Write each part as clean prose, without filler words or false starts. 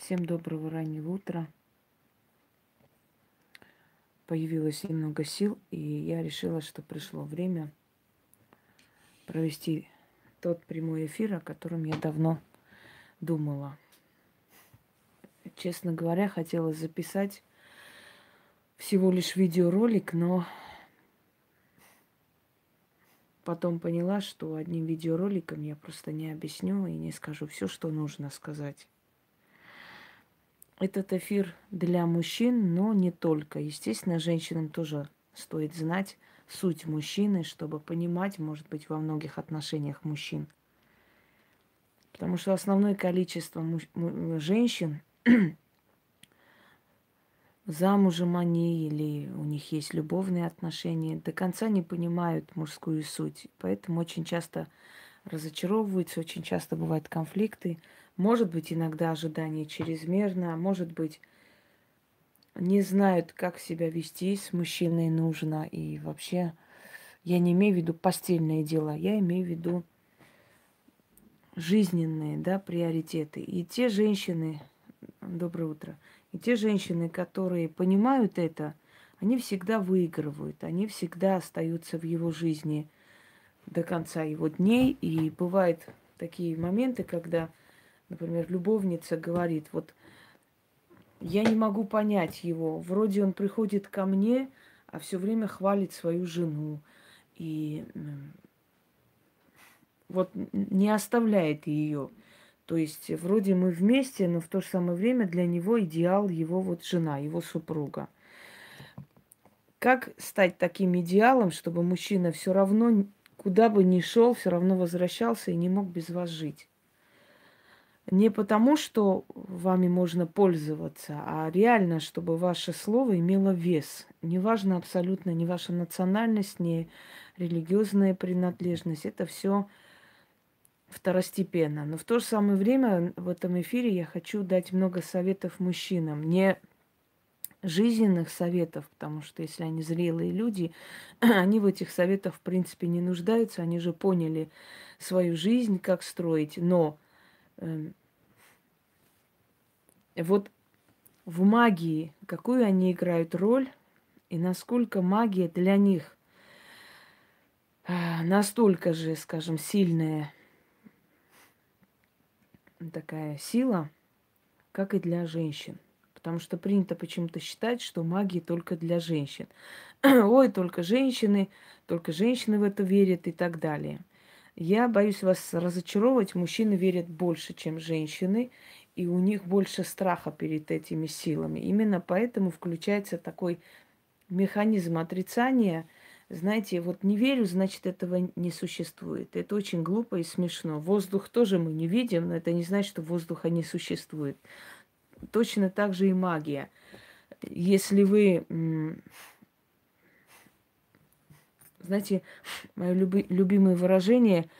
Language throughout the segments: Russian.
Всем доброго раннего утра. Появилось немного сил, и я решила, что пришло время провести тот прямой эфир, о котором я давно думала. Честно говоря, хотела записать всего лишь видеоролик, но потом поняла, что одним видеороликом я просто не объясню и не скажу все, что нужно сказать. Этот эфир для мужчин, но не только. Естественно, женщинам тоже стоит знать суть мужчины, чтобы понимать, может быть, во многих отношениях мужчин. Потому что основное количество женщин, замужем они или у них есть любовные отношения, до конца не понимают мужскую суть. Поэтому очень часто разочаровываются, очень часто бывают конфликты. Может быть, иногда ожидание чрезмерно, а может быть, не знают, как себя вести с мужчиной нужно. И вообще, я не имею в виду постельное дело, я имею в виду жизненные, да, приоритеты. И те женщины, доброе утро, и те женщины, которые понимают это, они всегда выигрывают, они всегда остаются в его жизни до конца его дней. И бывают такие моменты, когда, например, любовница говорит, вот я не могу понять его. Вроде он приходит ко мне, а все время хвалит свою жену. И вот не оставляет ее. То есть вроде мы вместе, но в то же самое время для него идеал его вот жена, его супруга. Как стать таким идеалом, чтобы мужчина все равно, куда бы ни шел, все равно возвращался и не мог без вас жить? Не потому, что вами можно пользоваться, а реально, чтобы ваше слово имело вес. Неважно абсолютно ни ваша национальность, ни религиозная принадлежность. Это все второстепенно. Но в то же самое время в этом эфире я хочу дать много советов мужчинам. Не жизненных советов, потому что если они зрелые люди, они в этих советах в принципе не нуждаются. Они же поняли свою жизнь, как строить. Но вот в магии, какую они играют роль, и насколько магия для них настолько же, скажем, сильная такая сила, как и для женщин. Потому что принято почему-то считать, что магия только для женщин. Ой, только женщины в это верят и так далее. Я боюсь вас разочаровывать. Мужчины верят больше, чем женщины, и у них больше страха перед этими силами. Именно поэтому включается такой механизм отрицания. Знаете, вот не верю, значит, этого не существует. Это очень глупо и смешно. Воздух тоже мы не видим, но это не значит, что воздуха не существует. Точно так же и магия. Если вы, знаете, мое любимое выражение,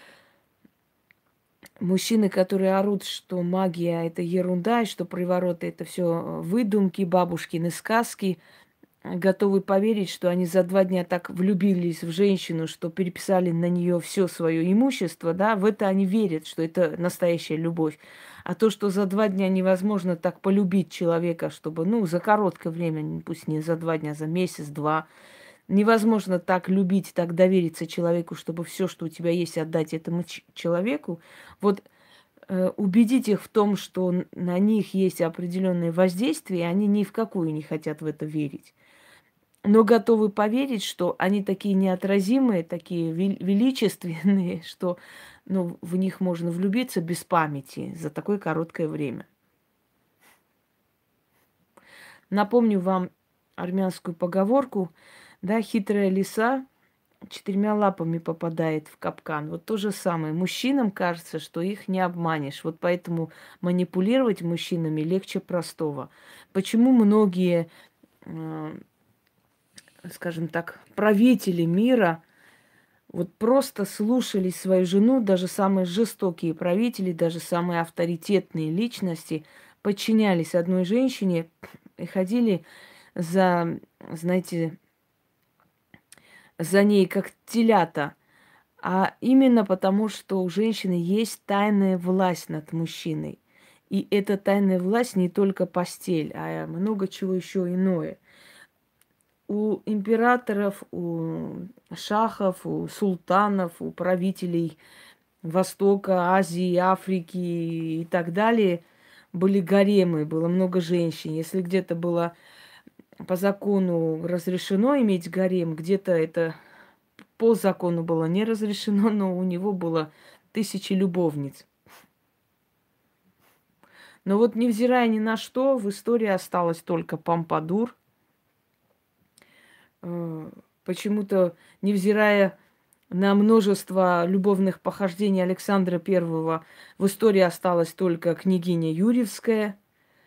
мужчины, которые орут, что магия это ерунда, и что привороты это все выдумки, бабушкины сказки, готовы поверить, что они за 2 дня так влюбились в женщину, что переписали на нее все свое имущество, да, в это они верят, что это настоящая любовь. А то, что за 2 дня невозможно так полюбить человека, чтобы, ну, за короткое время, пусть не за 2 дня, за месяц-два, невозможно так любить, так довериться человеку, чтобы все, что у тебя есть, отдать этому человеку. Вот убедить их в том, что на них есть определенное воздействие, и они ни в какую не хотят в это верить, но готовы поверить, что они такие неотразимые, такие величественные, что ну, в них можно влюбиться без памяти за такое короткое время. Напомню вам армянскую поговорку, да, хитрая лиса 4 лапами попадает в капкан. Вот то же самое. Мужчинам кажется, что их не обманешь. Вот поэтому манипулировать мужчинами легче простого. Почему многие скажем так, правители мира вот просто слушали свою жену, даже самые жестокие правители, даже самые авторитетные личности подчинялись одной женщине и ходили за, знаете, за ней как телята. А именно потому, что у женщины есть тайная власть над мужчиной. И эта тайная власть не только постель, а много чего еще иное. У императоров, у шахов, у султанов, у правителей Востока, Азии, Африки и так далее были гаремы, было много женщин. Если где-то было по закону разрешено иметь гарем, где-то это по закону было не разрешено, но у него было тысячи любовниц. Но вот невзирая ни на что, в истории осталось только Помпадур. Почему-то, невзирая на множество любовных похождений Александра Первого, в истории осталась только княгиня Юрьевская,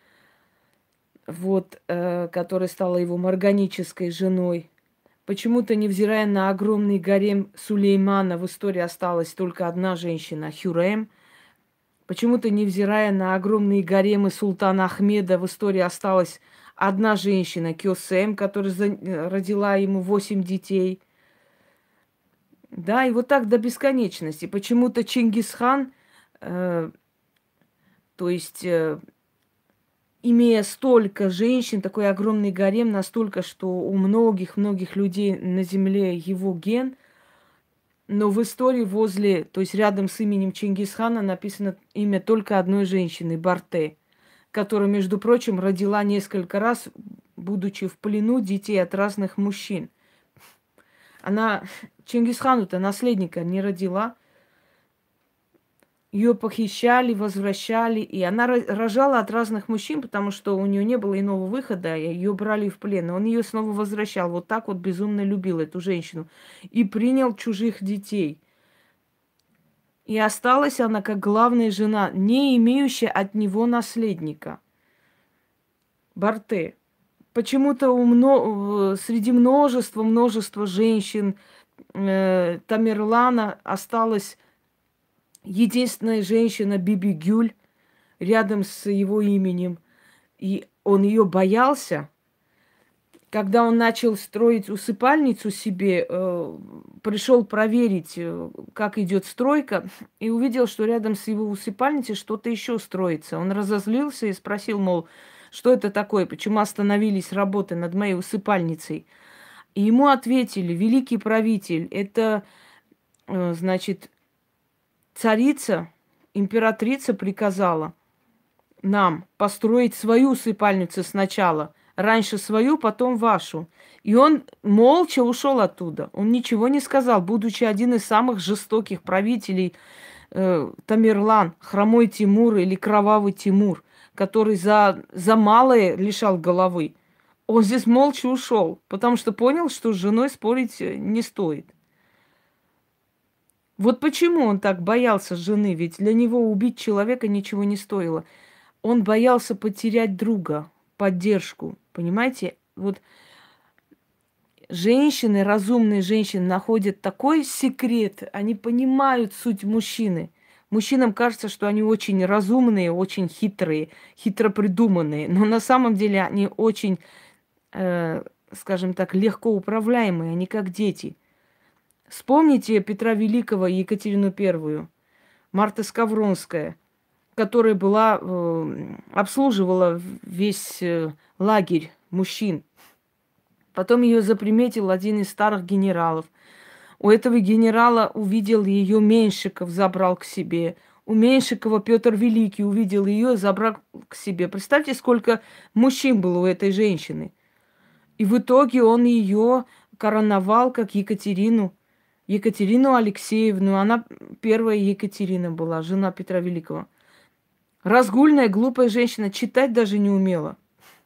вот, которая стала его морганической женой. Почему-то, невзирая на огромный гарем Сулеймана, в истории осталась только одна женщина – Хюррем. Почему-то, невзирая на огромные гаремы султана Ахмеда, в истории осталась одна женщина – Кёсем, которая родила ему 8 детей. Да, и вот так до бесконечности. Почему-то Чингисхан, то есть, имея столько женщин, такой огромный гарем, настолько, что у многих-многих людей на земле его ген, но в истории возле, то есть рядом с именем Чингисхана написано имя только одной женщины – Барте, которая, между прочим, родила несколько раз, будучи в плену, детей от разных мужчин. Она Чингисхану-то наследника не родила. Ее похищали, возвращали, и она рожала от разных мужчин, потому что у нее не было иного выхода, ее брали в плен. И он ее снова возвращал. Вот так вот безумно любил эту женщину. И принял чужих детей. И осталась она как главная жена, не имеющая от него наследника. Барте. Почему-то среди множества женщин Тамерлана осталась единственная женщина Биби Гюль рядом с его именем. И он ее боялся. Когда он начал строить усыпальницу себе, пришел проверить, как идет стройка, и увидел, что рядом с его усыпальницей что-то еще строится. Он разозлился и спросил, мол, что это такое, почему остановились работы над моей усыпальницей. И ему ответили, великий правитель, это, значит, царица, императрица приказала нам построить свою усыпальницу сначала. Раньше свою, потом вашу. И он молча ушел оттуда. Он ничего не сказал, будучи один из самых жестоких правителей Тамерлан, хромой Тимур или кровавый Тимур, который за малое лишал головы. Он здесь молча ушел, потому что понял, что с женой спорить не стоит. Вот почему он так боялся жены, ведь для него убить человека ничего не стоило. Он боялся потерять друга, поддержку, понимаете? Вот женщины, разумные женщины находят такой секрет, они понимают суть мужчины. Мужчинам кажется, что они очень разумные, очень хитрые, хитро придуманные, но на самом деле они очень, скажем так, легко управляемые, они как дети. Вспомните Петра Великого и Екатерину Первую, Марта Скавронская, которая обслуживала весь лагерь мужчин. Потом ее заприметил один из старых генералов. У этого генерала увидел ее Меньшиков, забрал к себе. У Меньшикова Петр Великий увидел ее, забрал к себе. Представьте, сколько мужчин было у этой женщины. И в итоге он ее короновал как Екатерину Алексеевну. Она первая Екатерина была, жена Петра Великого. Разгульная, глупая женщина, читать даже не умела.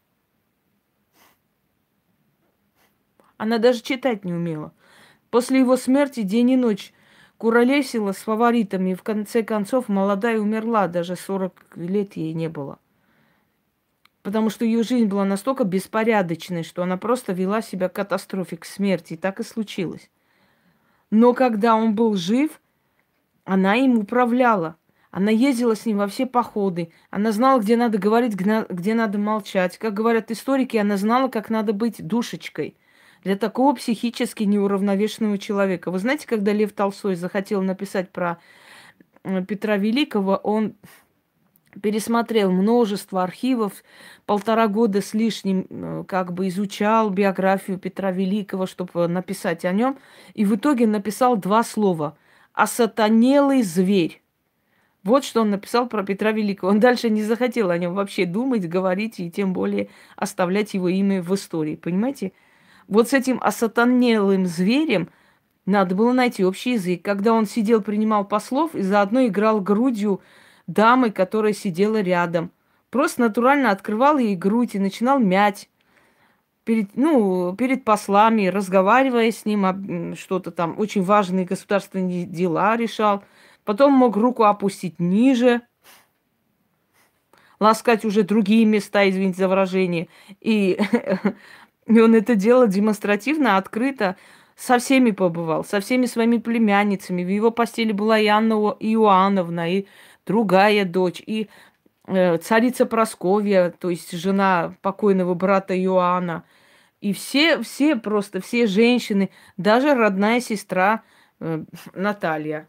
Она даже читать не умела. После его смерти день и ночь куролесила с фаворитами. И в конце концов молодая умерла. Даже 40 лет ей не было. Потому что ее жизнь была настолько беспорядочной, что она просто вела себя к катастрофе, к смерти. И так и случилось. Но когда он был жив, она им управляла. Она ездила с ним во все походы. Она знала, где надо говорить, где надо молчать. Как говорят историки, она знала, как надо быть душечкой для такого психически неуравновешенного человека. Вы знаете, когда Лев Толстой захотел написать про Петра Великого, он пересмотрел множество архивов, 1,5 года с лишним как бы изучал биографию Петра Великого, чтобы написать о нем. И в итоге написал 2 слова: «осатанелый зверь». Вот что он написал про Петра Великого. Он дальше не захотел о нем вообще думать, говорить и тем более оставлять его имя в истории. Понимаете? Вот с этим осатанелым зверем надо было найти общий язык. Когда он сидел, принимал послов и заодно играл грудью дамы, которая сидела рядом. Просто натурально открывал ей грудь и начинал мять перед послами, разговаривая с ним, что-то там, очень важные государственные дела решал. Потом мог руку опустить ниже, ласкать уже другие места, извините за выражение. И, и он это делал демонстративно, открыто, со всеми побывал, со всеми своими племянницами. В его постели была и Анна Иоанновна, и другая дочь, и царица Просковья, то есть жена покойного брата Иоанна. И все просто, все женщины, даже родная сестра Наталья.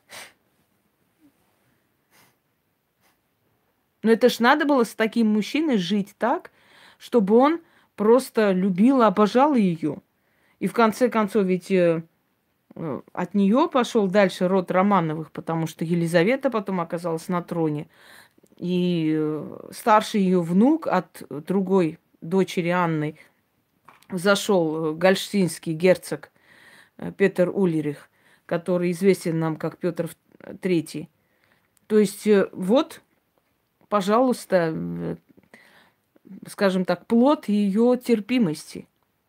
Но это ж надо было с таким мужчиной жить так, чтобы он просто любил, обожал ее. И в конце концов, ведь от нее пошел дальше род Романовых, потому что Елизавета потом оказалась на троне. И старший ее внук от другой дочери Анны зашел гольштинский герцог Петр Ульрих, который известен нам как Петр III. То есть вот, пожалуйста, скажем так, плод ее терпимости.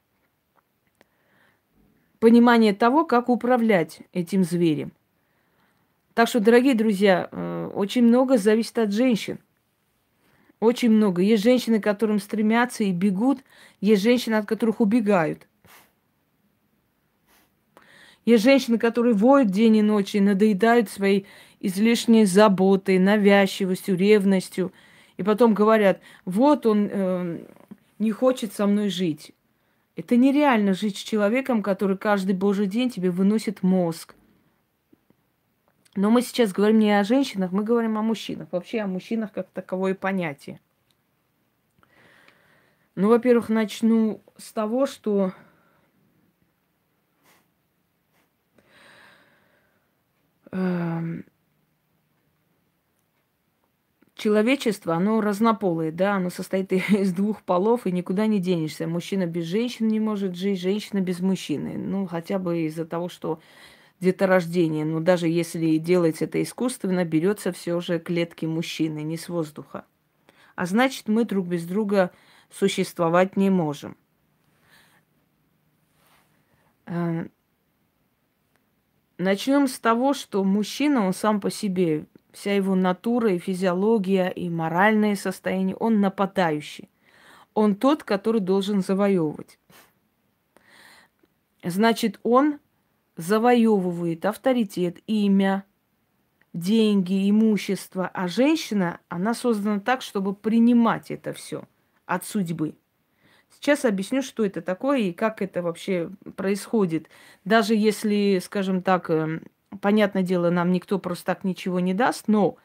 Понимание того, как управлять этим зверем. Так что, дорогие друзья, очень много зависит от женщин. Очень много. Есть женщины, к которым стремятся и бегут. Есть женщины, от которых убегают. Есть женщины, которые воют день и ночь и надоедают своей излишней заботой, навязчивостью, ревностью. И потом говорят: вот он не хочет со мной жить. Это нереально жить с человеком, который каждый божий день тебе выносит мозг. Но мы сейчас говорим не о женщинах, мы говорим о мужчинах. Вообще о мужчинах как таковое понятие. Ну, во-первых, начну с того, что человечество, оно разнополое, да, оно состоит из 2 полов, и никуда не денешься. Мужчина без женщины не может жить, женщина без мужчины. Ну, хотя бы из-за того, что деторождение. Но даже если делать это искусственно, берется все же клетки мужчины, не с воздуха. А значит, мы друг без друга существовать не можем. Начнем с того, что мужчина, он сам по себе, вся его натура и физиология, и моральное состояние, он нападающий. Он тот, который должен завоевывать. Значит, он завоевывает авторитет, имя, деньги, имущество. А женщина, она создана так, чтобы принимать это все от судьбы. Сейчас объясню, что это такое и как это вообще происходит. Даже если, скажем так, понятное дело, нам никто просто так ничего не даст, но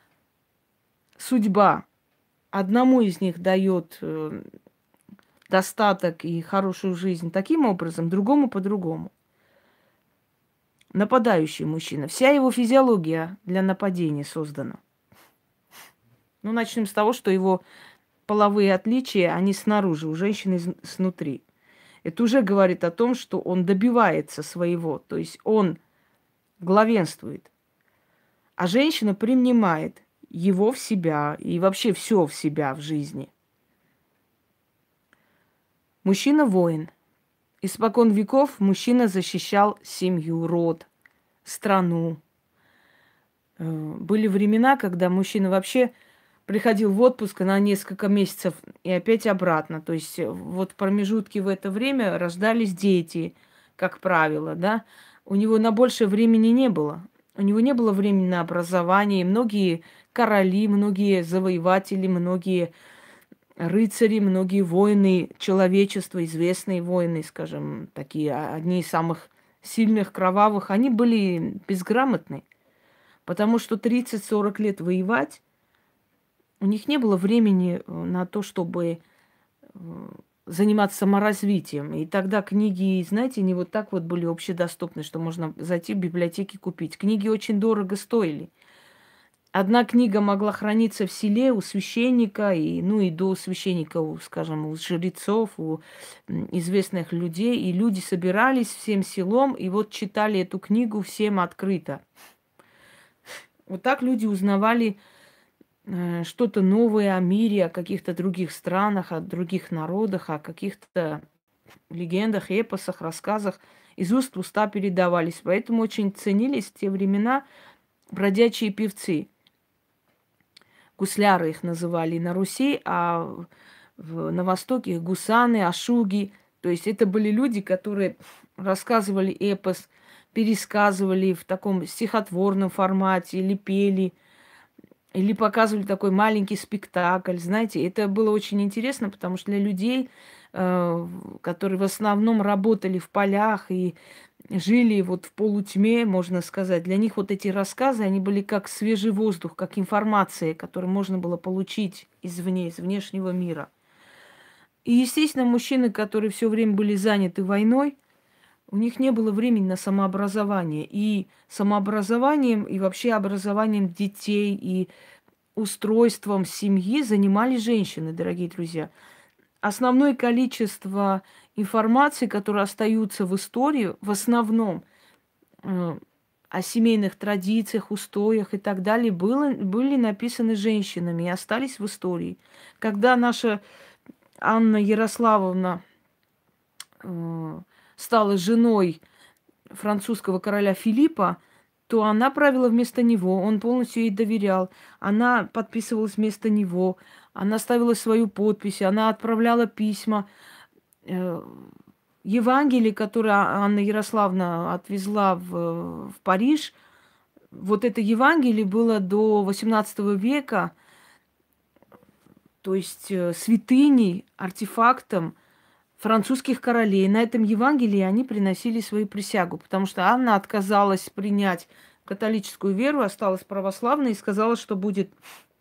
судьба одному из них дает достаток и хорошую жизнь таким образом, другому по-другому. Нападающий мужчина. Вся его физиология для нападения создана. Ну, начнем с того, что его половые отличия, они снаружи, у женщины снутри. Это уже говорит о том, что он добивается своего, то есть он главенствует. А женщина принимает его в себя и вообще все в себя в жизни. Мужчина воин. Испокон веков мужчина защищал семью, род, страну. Были времена, когда мужчина вообще приходил в отпуск на несколько месяцев и опять обратно. То есть вот в промежутке в это время рождались дети, как правило, да. У него на большее времени не было. У него не было времени на образование. Многие короли, многие завоеватели, многие рыцари, многие воины человечества, известные воины, скажем, такие, одни из самых сильных, кровавых, они были безграмотны. Потому что 30-40 лет воевать у них не было времени на то, чтобы заниматься саморазвитием. И тогда книги, знаете, не вот так вот были общедоступны, что можно зайти в библиотеки купить. Книги очень дорого стоили. Одна книга могла храниться в селе у священника, и, ну и до священника, скажем, у жрецов, у известных людей. И люди собирались всем селом, и вот читали эту книгу всем открыто. Вот так люди узнавали что-то новое о мире, о каких-то других странах, о других народах, о каких-то легендах, эпосах, рассказах. Из уст в уста передавались. Поэтому очень ценились в те времена бродячие певцы. Гусляры их называли на Руси, а на Востоке их гусаны, ашуги. То есть это были люди, которые рассказывали эпос, пересказывали в таком стихотворном формате или пели, или показывали такой маленький спектакль. Знаете, это было очень интересно, потому что для людей, которые в основном работали в полях и жили вот в полутьме, можно сказать, для них вот эти рассказы, они были как свежий воздух, как информация, которую можно было получить извне, из внешнего мира. И, естественно, мужчины, которые все время были заняты войной, у них не было времени на самообразование. И самообразованием, и вообще образованием детей, и устройством семьи занимались женщины, дорогие друзья. Основное количество информации, которые остаются в истории, в основном о семейных традициях, устоях и так далее, были написаны женщинами и остались в истории. Когда наша Анна Ярославовна стала женой французского короля Филиппа, то она правила вместо него, он полностью ей доверял. Она подписывалась вместо него, она ставила свою подпись, она отправляла письма. Евангелие, которое Анна Ярославна отвезла в Париж, вот это Евангелие было до XVIII века, то есть святыней, артефактом французских королей. На этом Евангелии они приносили свою присягу, потому что Анна отказалась принять католическую веру, осталась православной и сказала, что будет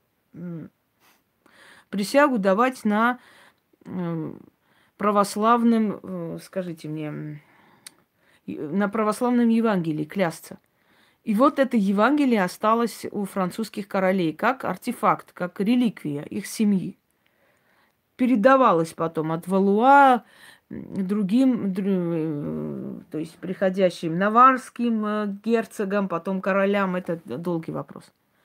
присягу давать на православном, скажите мне, на православном Евангелии клясться. И вот это Евангелие осталось у французских королей как артефакт, как реликвия их семьи. Передавалось потом от Валуа другим, то есть приходящим наварским герцогам, потом королям. Это долгий вопрос.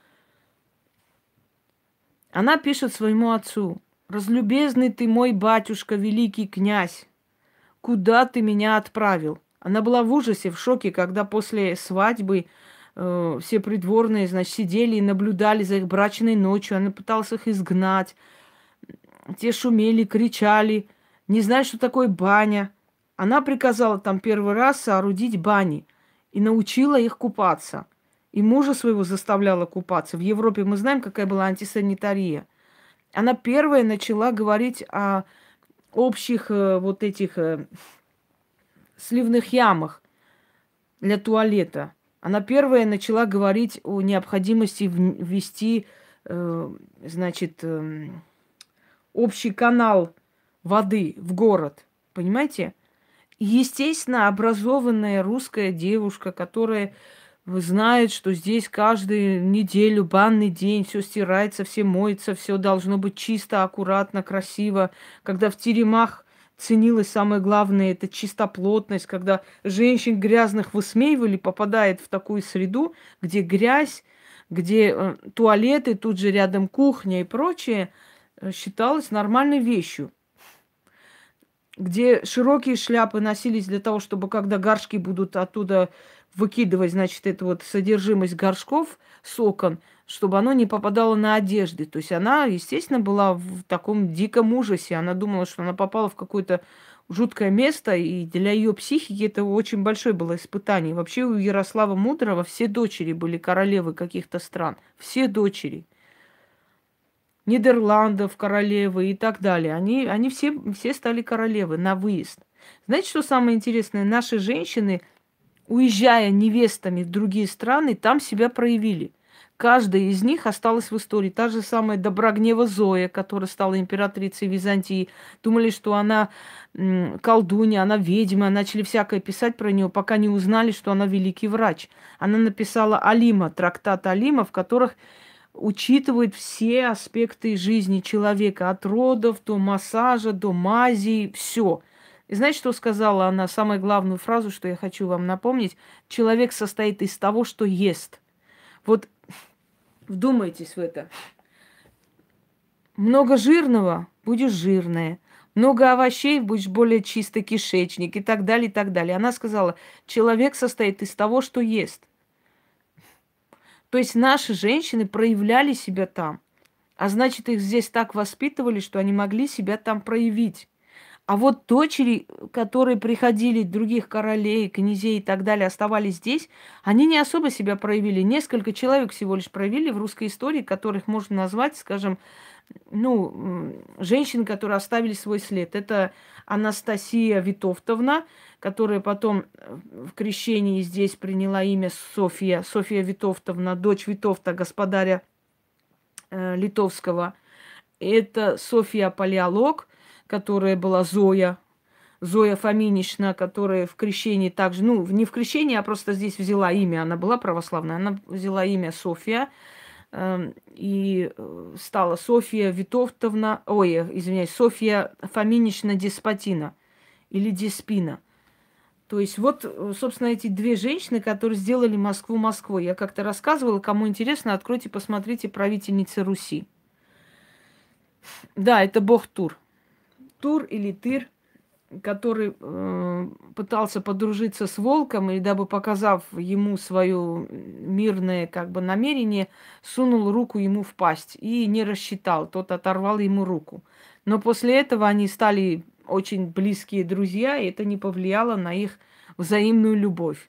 Она пишет своему отцу: «Разлюбезный ты мой батюшка, великий князь, куда ты меня отправил?» Она была в ужасе, в шоке, когда после свадьбы все придворные, значит, сидели и наблюдали за их брачной ночью. Она пыталась их изгнать. Те шумели, кричали, не знают, что такое баня. Она приказала там первый раз соорудить бани и научила их купаться. И мужа своего заставляла купаться. В Европе мы знаем, какая была антисанитария. Она первая начала говорить о общих вот этих сливных ямах для туалета. Она первая начала говорить о необходимости ввести, значит, общий канал воды в город. Понимаете? И, естественно, образованная русская девушка, которая знает, что здесь каждую неделю банный день, все стирается, все моется, все должно быть чисто, аккуратно, красиво. Когда в теремах ценилось самое главное, это чистоплотность, когда женщин грязных высмеивали, попадает в такую среду, где грязь, где туалеты, тут же рядом кухня и прочее, считалось нормальной вещью. Где широкие шляпы носились для того, чтобы когда горшки будут оттуда выкидывать, значит, это вот содержимость горшков с окон, чтобы оно не попадало на одежды. То есть она, естественно, была в таком диком ужасе. Она думала, что она попала в какое-то жуткое место, и для ее психики это очень большое было испытание. Вообще у Ярослава Мудрого все дочери были королевы каких-то стран. Все дочери. Нидерландов королевы и так далее. Они все стали королевы на выезд. Знаете, что самое интересное? Наши женщины, уезжая невестами в другие страны, там себя проявили. каждая из них осталась в истории. Та же самая Доброгнева Зоя, которая стала императрицей Византии. Думали, что она колдунья, она ведьма. Начали всякое писать про нее, пока не узнали, что она великий врач. Она написала Алима, трактат Алима, в которых учитывает все аспекты жизни человека. От родов до массажа, до мази, все. И знаете, что сказала она? Самую главную фразу, что я хочу вам напомнить. Человек состоит из того, что ест. Вот вдумайтесь в это. Много жирного – будешь жирная. Много овощей – будешь более чистый кишечник и так далее, и так далее. Она сказала, человек состоит из того, что ест. То есть наши женщины проявляли себя там. А значит, их здесь так воспитывали, что они могли себя там проявить. А вот дочери, которые приходили других королей, князей и так далее, оставались здесь, они не особо себя проявили. Несколько человек всего лишь проявили в русской истории, которых можно назвать, скажем, женщин, которые оставили свой след. Это Анастасия Витовтовна, которая потом в крещении здесь приняла имя Софья. Софья Витовтовна, дочь Витовта, господаря литовского. Это Софья Палеолог, которая была Зоя, Зоя Фоминична, которая в крещении также, не в крещении, а просто здесь взяла имя, она была православная, она взяла имя Софья и стала Софья Витовтовна, Софья Фоминична Деспотина или Деспина. То есть вот, собственно, эти две женщины, которые сделали Москву Москвой. Я как-то рассказывала, кому интересно, откройте, посмотрите «Правительницы Руси». Да, это бог Тур. Тур или Тыр, который пытался подружиться с волком, и дабы показав ему свое мирное намерение, сунул руку ему в пасть и не рассчитал. Тот оторвал ему руку. Но после этого они стали очень близкие друзья, и это не повлияло на их взаимную любовь.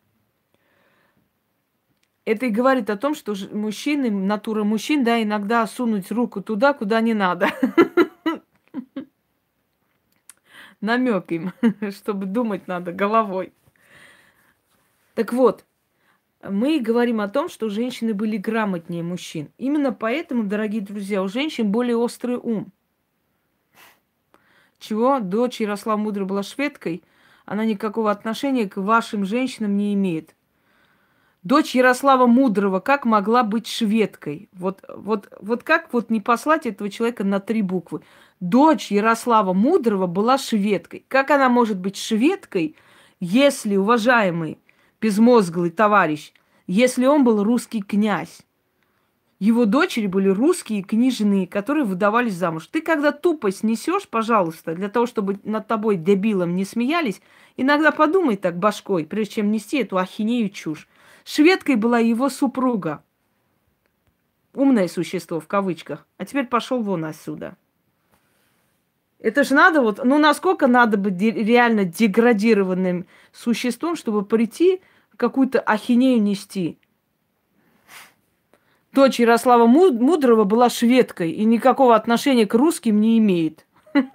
Это и говорит о том, что мужчины, натура мужчин, да, иногда сунуть руку туда, куда не надо. Намек им, чтобы думать надо головой. Так вот, мы говорим о том, что женщины были грамотнее мужчин. Именно поэтому, дорогие друзья, у женщин более острый ум. Чего? Дочь Ярослава Мудрой была шведкой, она никакого отношения к вашим женщинам не имеет. Дочь Ярослава Мудрого как могла быть шведкой? Вот как не послать этого человека на 3 буквы? Дочь Ярослава Мудрого была шведкой. Как она может быть шведкой, если, уважаемый безмозглый товарищ, если он был русский князь? Его дочери были русские княжны, которые выдавались замуж. Ты когда тупость несешь, пожалуйста, для того, чтобы над тобой, дебилом, не смеялись, иногда подумай так башкой, прежде чем нести эту ахинею чушь. Шведкой была его супруга. Умное существо, в кавычках. А теперь пошел вон отсюда. Это же надо насколько надо быть реально деградированным существом, чтобы прийти какую-то ахинею нести. Дочь Ярослава Мудрого была шведкой и никакого отношения к русским не имеет.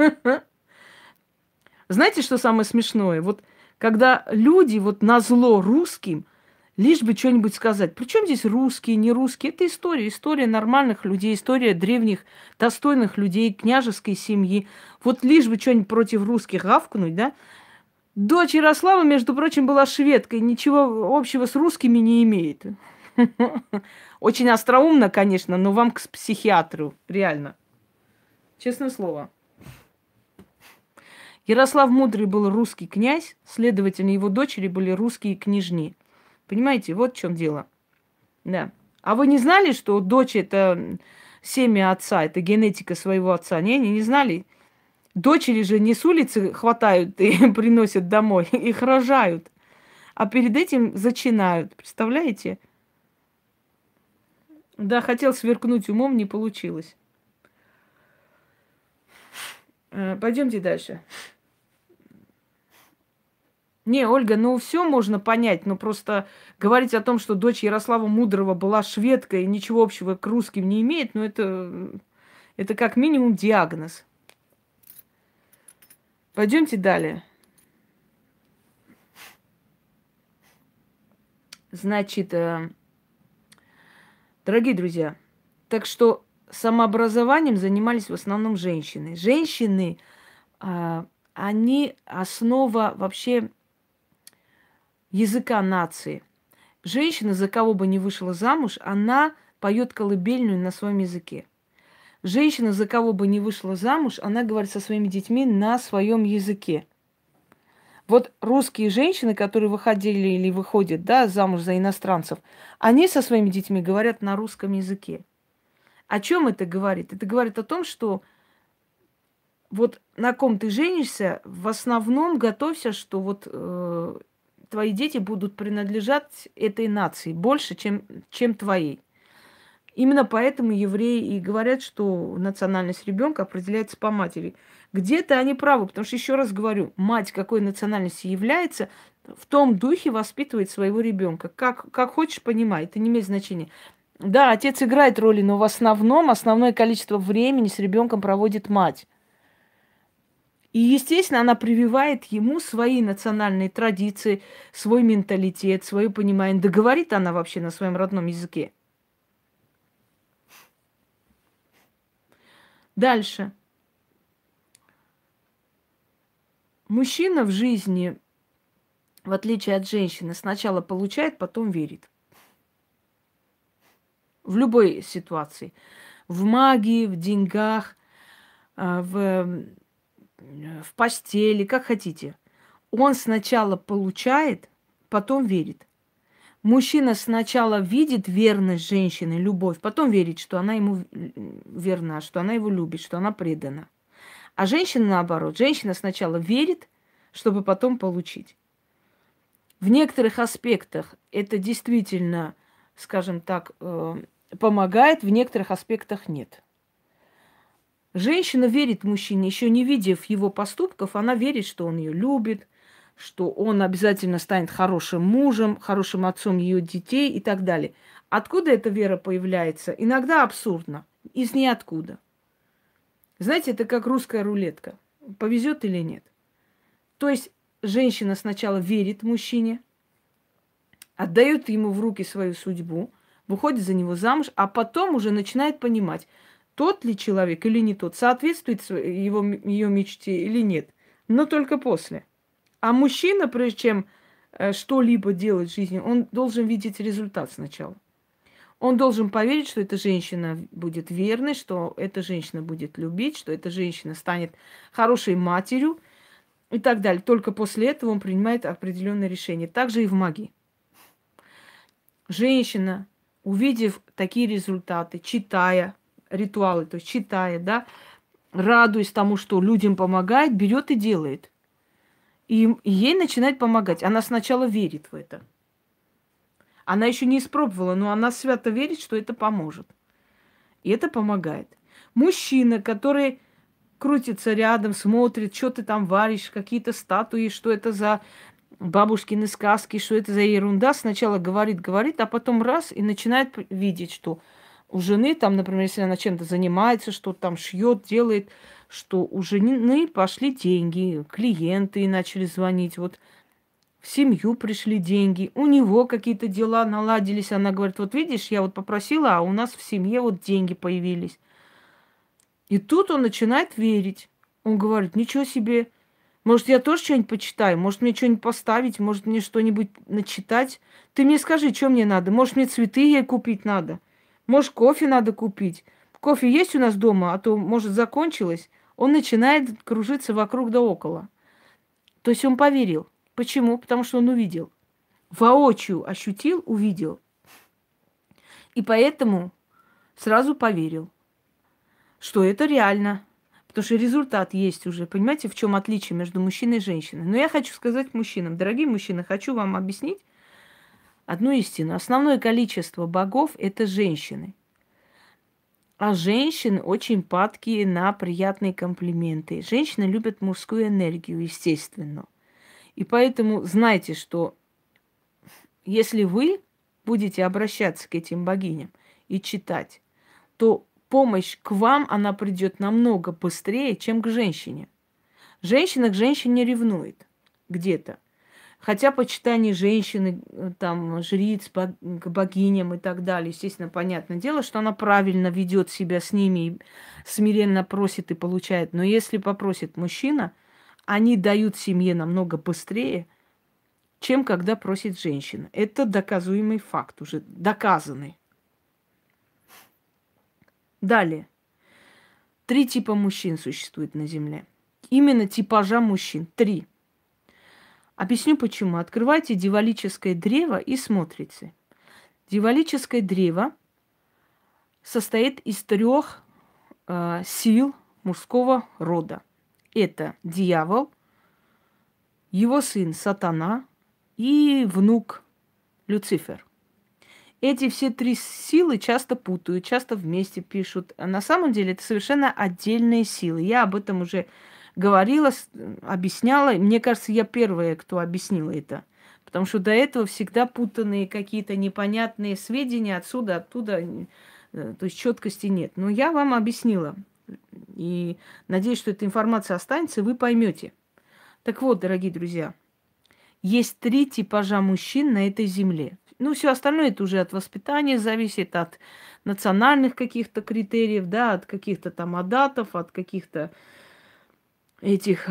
Знаете, что самое смешное? Вот когда люди назло русским, лишь бы что-нибудь сказать. Причем здесь русские, не русские? Это история нормальных людей, история древних, достойных людей, княжеской семьи. Вот лишь бы что-нибудь против русских гавкнуть, да? Дочь Ярослава, между прочим, была шведкой, ничего общего с русскими не имеет. Очень остроумно, конечно, но вам к психиатру, реально. Честное слово. Ярослав Мудрый был русский князь, следовательно, его дочери были русские княжни. Понимаете, вот в чем дело. Да. А вы не знали, что дочь это семя отца, это генетика своего отца? Не знали? Дочери же не с улицы хватают и приносят домой, их рожают. А перед этим зачинают. Представляете? Да, хотел сверкнуть умом, не получилось. Пойдемте дальше. Не, Ольга, все можно понять, но просто говорить о том, что дочь Ярослава Мудрого была шведкой и ничего общего к русским не имеет, это как минимум диагноз. Пойдемте далее. Значит, Дорогие друзья, так что самообразованием занимались в основном женщины. Женщины, а, они основа вообще языка нации. Женщина, за кого бы ни вышла замуж, она поет колыбельную на своем языке. Женщина, за кого бы ни вышла замуж, она говорит со своими детьми на своем языке. Вот русские женщины, которые выходили или выходят, да, замуж за иностранцев, они со своими детьми говорят на русском языке. О чем это говорит? Это говорит о том, что вот на ком ты женишься, в основном готовься, что вот твои дети будут принадлежать этой нации больше, чем твоей. Именно поэтому евреи и говорят, что национальность ребенка определяется по матери. Где-то они правы, потому что, еще раз говорю, мать какой национальности является, в том духе воспитывает своего ребенка. Как хочешь, понимай, это не имеет значения. Да, отец играет роли, но в основном основное количество времени с ребенком проводит мать. И, естественно, она прививает ему свои национальные традиции, свой менталитет, свое понимание. Да говорит она вообще на своем родном языке. Дальше. Мужчина в жизни, в отличие от женщины, сначала получает, потом верит. В любой ситуации. В магии, в деньгах, в постели, как хотите. Он сначала получает, потом верит. Мужчина сначала видит верность женщины, любовь, потом верит, что она ему верна, что она его любит, что она предана. А женщина наоборот. Женщина сначала верит, чтобы потом получить. В некоторых аспектах это действительно, скажем так, помогает, в некоторых аспектах нет. Женщина верит мужчине, еще не видев его поступков, она верит, что он ее любит, что он обязательно станет хорошим мужем, хорошим отцом ее детей и так далее. Откуда эта вера появляется? Иногда абсурдно, из ниоткуда. Знаете, это как русская рулетка. Повезет или нет? То есть женщина сначала верит мужчине, отдает ему в руки свою судьбу, выходит за него замуж, а потом уже начинает понимать, тот ли человек или не тот, соответствует ее мечте или нет. Но только после. А мужчина, прежде чем что-либо делать в жизни, он должен видеть результат сначала. Он должен поверить, что эта женщина будет верной, что эта женщина будет любить, что эта женщина станет хорошей матерью и так далее. Только после этого он принимает определенные решения. Также и в магии. Женщина, увидев такие результаты, читая ритуалы, то есть читая, да, радуясь тому, что людям помогает, берет и делает. И ей начинает помогать. Она сначала верит в это. Она еще не испробовала, но она свято верит, что это поможет. И это помогает. Мужчина, который крутится рядом, смотрит, что ты там варишь, какие-то статуи, что это за бабушкины сказки, что это за ерунда, сначала говорит, а потом раз и начинает видеть, что у жены, там, например, если она чем-то занимается, что там шьет, делает, что у жены пошли деньги, клиенты начали звонить, вот в семью пришли деньги, у него какие-то дела наладились. Она говорит, вот видишь, я вот попросила, а у нас в семье вот деньги появились. И тут он начинает верить. Он говорит, ничего себе, может, я тоже что-нибудь почитаю, может, мне что-нибудь поставить, может, мне что-нибудь начитать. Ты мне скажи, что мне надо, может, мне цветы ей купить надо, может, кофе надо купить. Кофе есть у нас дома, а то, может, закончилось. Он начинает кружиться вокруг да около. То есть он поверил. Почему? Потому что он увидел. Воочию ощутил, увидел. И поэтому сразу поверил, что это реально. Потому что результат есть уже. Понимаете, в чем отличие между мужчиной и женщиной? Но я хочу сказать мужчинам. Дорогие мужчины, хочу вам объяснить одну истину. Основное количество богов – это женщины. А женщины очень падкие на приятные комплименты. Женщины любят мужскую энергию, естественно. И поэтому знайте, что если вы будете обращаться к этим богиням и читать, то помощь к вам, она придет намного быстрее, чем к женщине. Женщина к женщине ревнует где-то. Хотя почитание женщины, там, жриц, к богиням и так далее, естественно, понятное дело, что она правильно ведет себя с ними, и смиренно просит и получает. Но если попросит мужчина, они дают семье намного быстрее, чем когда просит женщина. Это доказуемый факт, уже доказанный. Далее. 3 типа мужчин существует на Земле. Именно типажа мужчин. 3. Объясню почему. Открывайте дьяволическое древо и смотрите. Дьяволическое древо состоит из 3 сил мужского рода. Это дьявол, его сын Сатана и внук Люцифер. Эти все 3 силы часто путают, часто вместе пишут. А на самом деле это совершенно отдельные силы. Я об этом уже говорила, объясняла. Мне кажется, я первая, кто объяснила это. Потому что до этого всегда путанные какие-то непонятные сведения отсюда, оттуда. То есть четкости нет. Но я вам объяснила. И надеюсь, что эта информация останется, и вы поймете. Так вот, дорогие друзья, есть 3 типажа мужчин на этой земле. Ну, все остальное это уже от воспитания зависит, от национальных каких-то критериев, да, от каких-то там адатов, от каких-то этих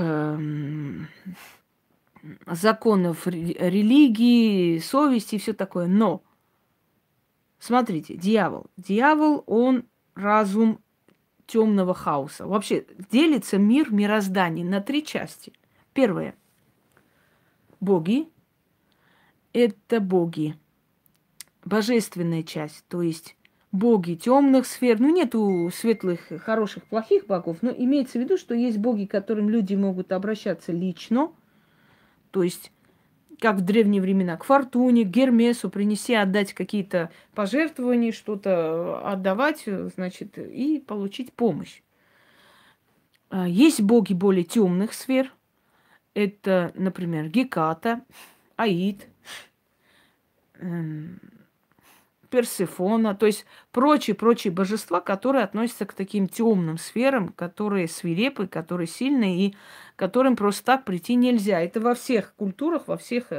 законов религии, совести и все такое. Но, смотрите, дьявол. Дьявол, он разум темного хаоса. Вообще делится мир, мироздание на 3 части. Первое. Боги. Это боги. Божественная часть, то есть боги темных сфер. Ну, нету светлых, хороших, плохих богов, но имеется в виду, что есть боги, к которым люди могут обращаться лично, то есть, как в древние времена, к Фортуне, к Гермесу, принеси, отдать какие-то пожертвования, что-то отдавать, значит, и получить помощь. Есть боги более темных сфер. Это, например, Геката, Аид, Персефона, то есть прочие божества, которые относятся к таким темным сферам, которые свирепы, которые сильные и к которым просто так прийти нельзя. Это во всех культурах, у всех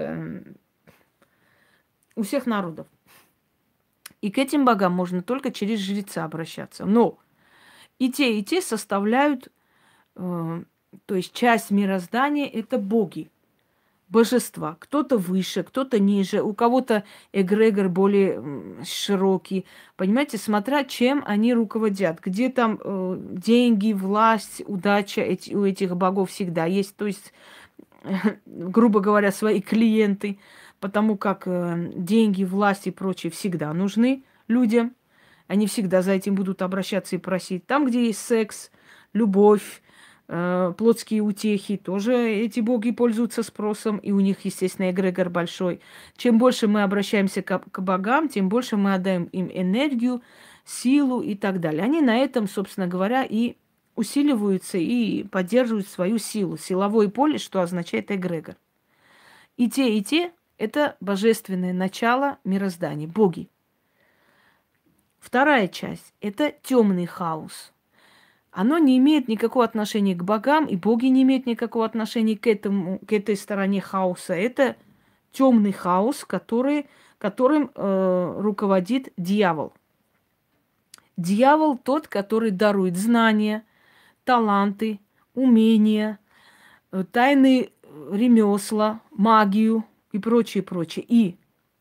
народов. И к этим богам можно только через жреца обращаться. Но и те составляют, то есть часть мироздания – это боги. Божества. Кто-то выше, кто-то ниже, у кого-то эгрегор более широкий. Понимаете, смотря чем они руководят. Где там деньги, власть, удача у этих богов всегда есть. То есть, грубо говоря, свои клиенты. Потому как деньги, власть и прочее всегда нужны людям. Они всегда за этим будут обращаться и просить. Там, где есть секс, любовь, плотские утехи, тоже эти боги пользуются спросом, и у них, естественно, эгрегор большой. Чем больше мы обращаемся к богам, тем больше мы отдаем им энергию, силу и так далее. Они на этом, собственно говоря, и усиливаются, и поддерживают свою силу. Силовое поле, что означает эгрегор. И те – это божественное начало мироздания, боги. Вторая часть – это темный хаос. Оно не имеет никакого отношения к богам, и боги не имеют никакого отношения к этой стороне хаоса. Это темный хаос, которым руководит дьявол. Дьявол тот, который дарует знания, таланты, умения, тайны ремесла, магию и прочее, прочее. И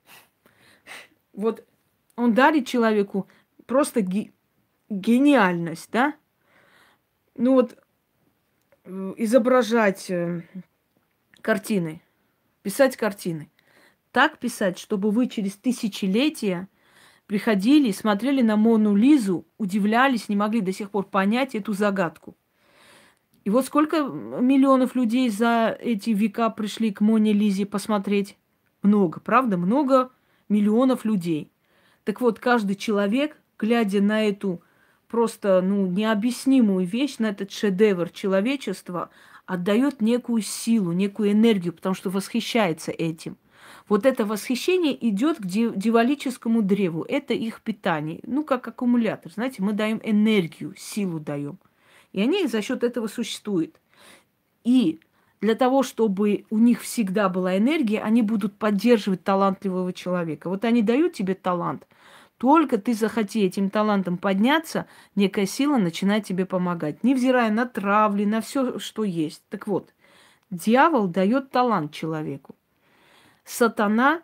вот он дарит человеку просто гениальность, да? Ну вот, изображать картины, писать картины. Так писать, чтобы вы через тысячелетия приходили, смотрели на Мону Лизу, удивлялись, не могли до сих пор понять эту загадку. И вот сколько миллионов людей за эти века пришли к Моне Лизе посмотреть? Много, правда? Много миллионов людей. Так вот, каждый человек, глядя на эту просто, необъяснимую вещь, на этот шедевр человечества, отдает некую силу, некую энергию, потому что восхищается этим. Вот это восхищение идет к дьяволическому древу. Это их питание. Как аккумулятор. Знаете, мы даем энергию, силу даем. И они за счет этого существуют. И Для того, чтобы у них всегда была энергия, они будут поддерживать талантливого человека. Вот они дают тебе талант. Только ты захоти этим талантом подняться, некая сила начинает тебе помогать, невзирая на травли, на все, что есть. Так вот, дьявол дает талант человеку. Сатана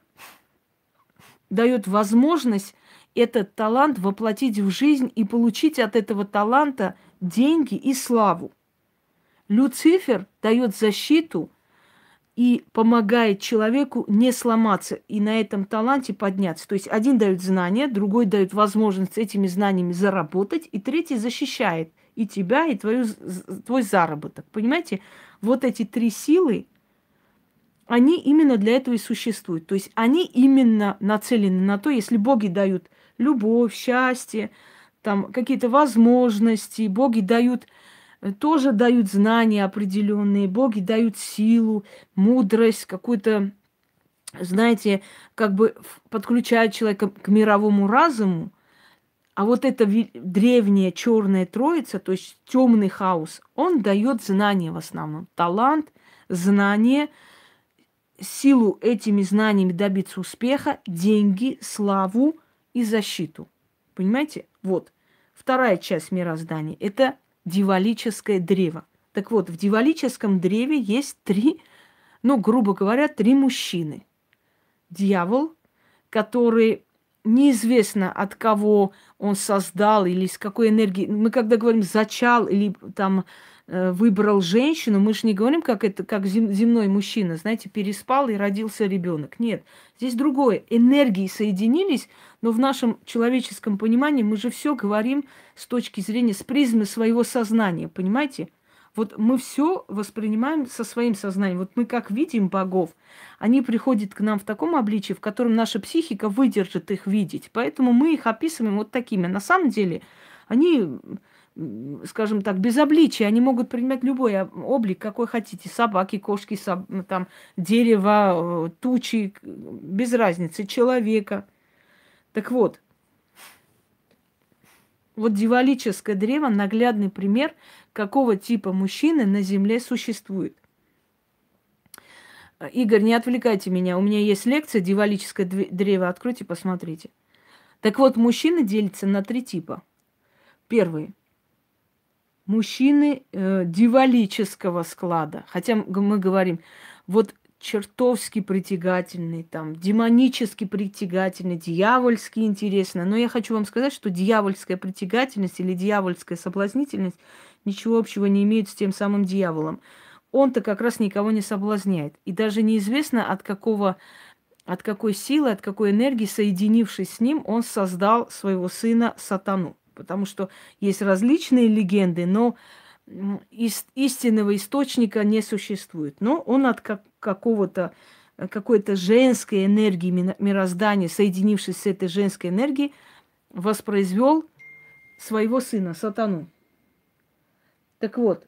дает возможность этот талант воплотить в жизнь и получить от этого таланта деньги и славу. Люцифер дает защиту и помогает человеку не сломаться и на этом таланте подняться. То есть один дает знания, другой дает возможность этими знаниями заработать, и третий защищает и тебя, и твой заработок. Понимаете? Вот эти три силы, они именно для этого и существуют. То есть они именно нацелены на то, если боги дают любовь, счастье, там какие-то возможности, боги дают тоже дают знания определенные, боги дают силу, мудрость, какую-то, знаете, как бы подключают человека к мировому разуму. А вот эта древняя черная троица, то есть темный хаос, он дает знания в основном. Талант, знания, силу этими знаниями добиться успеха, деньги, славу и защиту. Понимаете? Вот. Вторая часть мироздания – это дьяволическое древо. Так вот, в дьяволическом древе есть три, ну, грубо говоря, три мужчины. Дьявол, который неизвестно от кого он создал или с какой энергии. Мы когда говорим зачал или там выбрал женщину, мы же не говорим, как это, как земной мужчина, знаете, переспал и родился ребенок. Нет, здесь другое. Энергии соединились, но в нашем человеческом понимании мы же все говорим с точки зрения, с призмы своего сознания, понимаете? Вот мы все воспринимаем со своим сознанием. Вот мы как видим богов, они приходят к нам в таком обличии, в котором наша психика выдержит их видеть. Поэтому мы их описываем вот такими. На самом деле они, скажем так, без обличия, они могут принимать любой облик, какой хотите. Собаки, кошки, там, дерево, тучи, без разницы, человека. Так вот, вот дьяволическое древо – наглядный пример, какого типа мужчины на Земле существует. Игорь, не отвлекайте меня, у меня есть лекция «Дьяволическое древо», откройте, посмотрите. Так вот, мужчины делятся на три типа. Первый – мужчины дьяволического склада. Хотя мы говорим, вот чертовски притягательный, там, демонически притягательный, дьявольски интересно. Но я хочу вам сказать, что дьявольская притягательность или дьявольская соблазнительность ничего общего не имеет с тем самым дьяволом. Он-то как раз никого не соблазняет. И даже неизвестно, от какой силы, от какой энергии, соединившись с ним, он создал своего сына Сатану. Потому что есть различные легенды, но истинного источника не существует. Но он от какой-то женской энергии мироздания, соединившись с этой женской энергией, воспроизвел своего сына, Сатану. Так вот,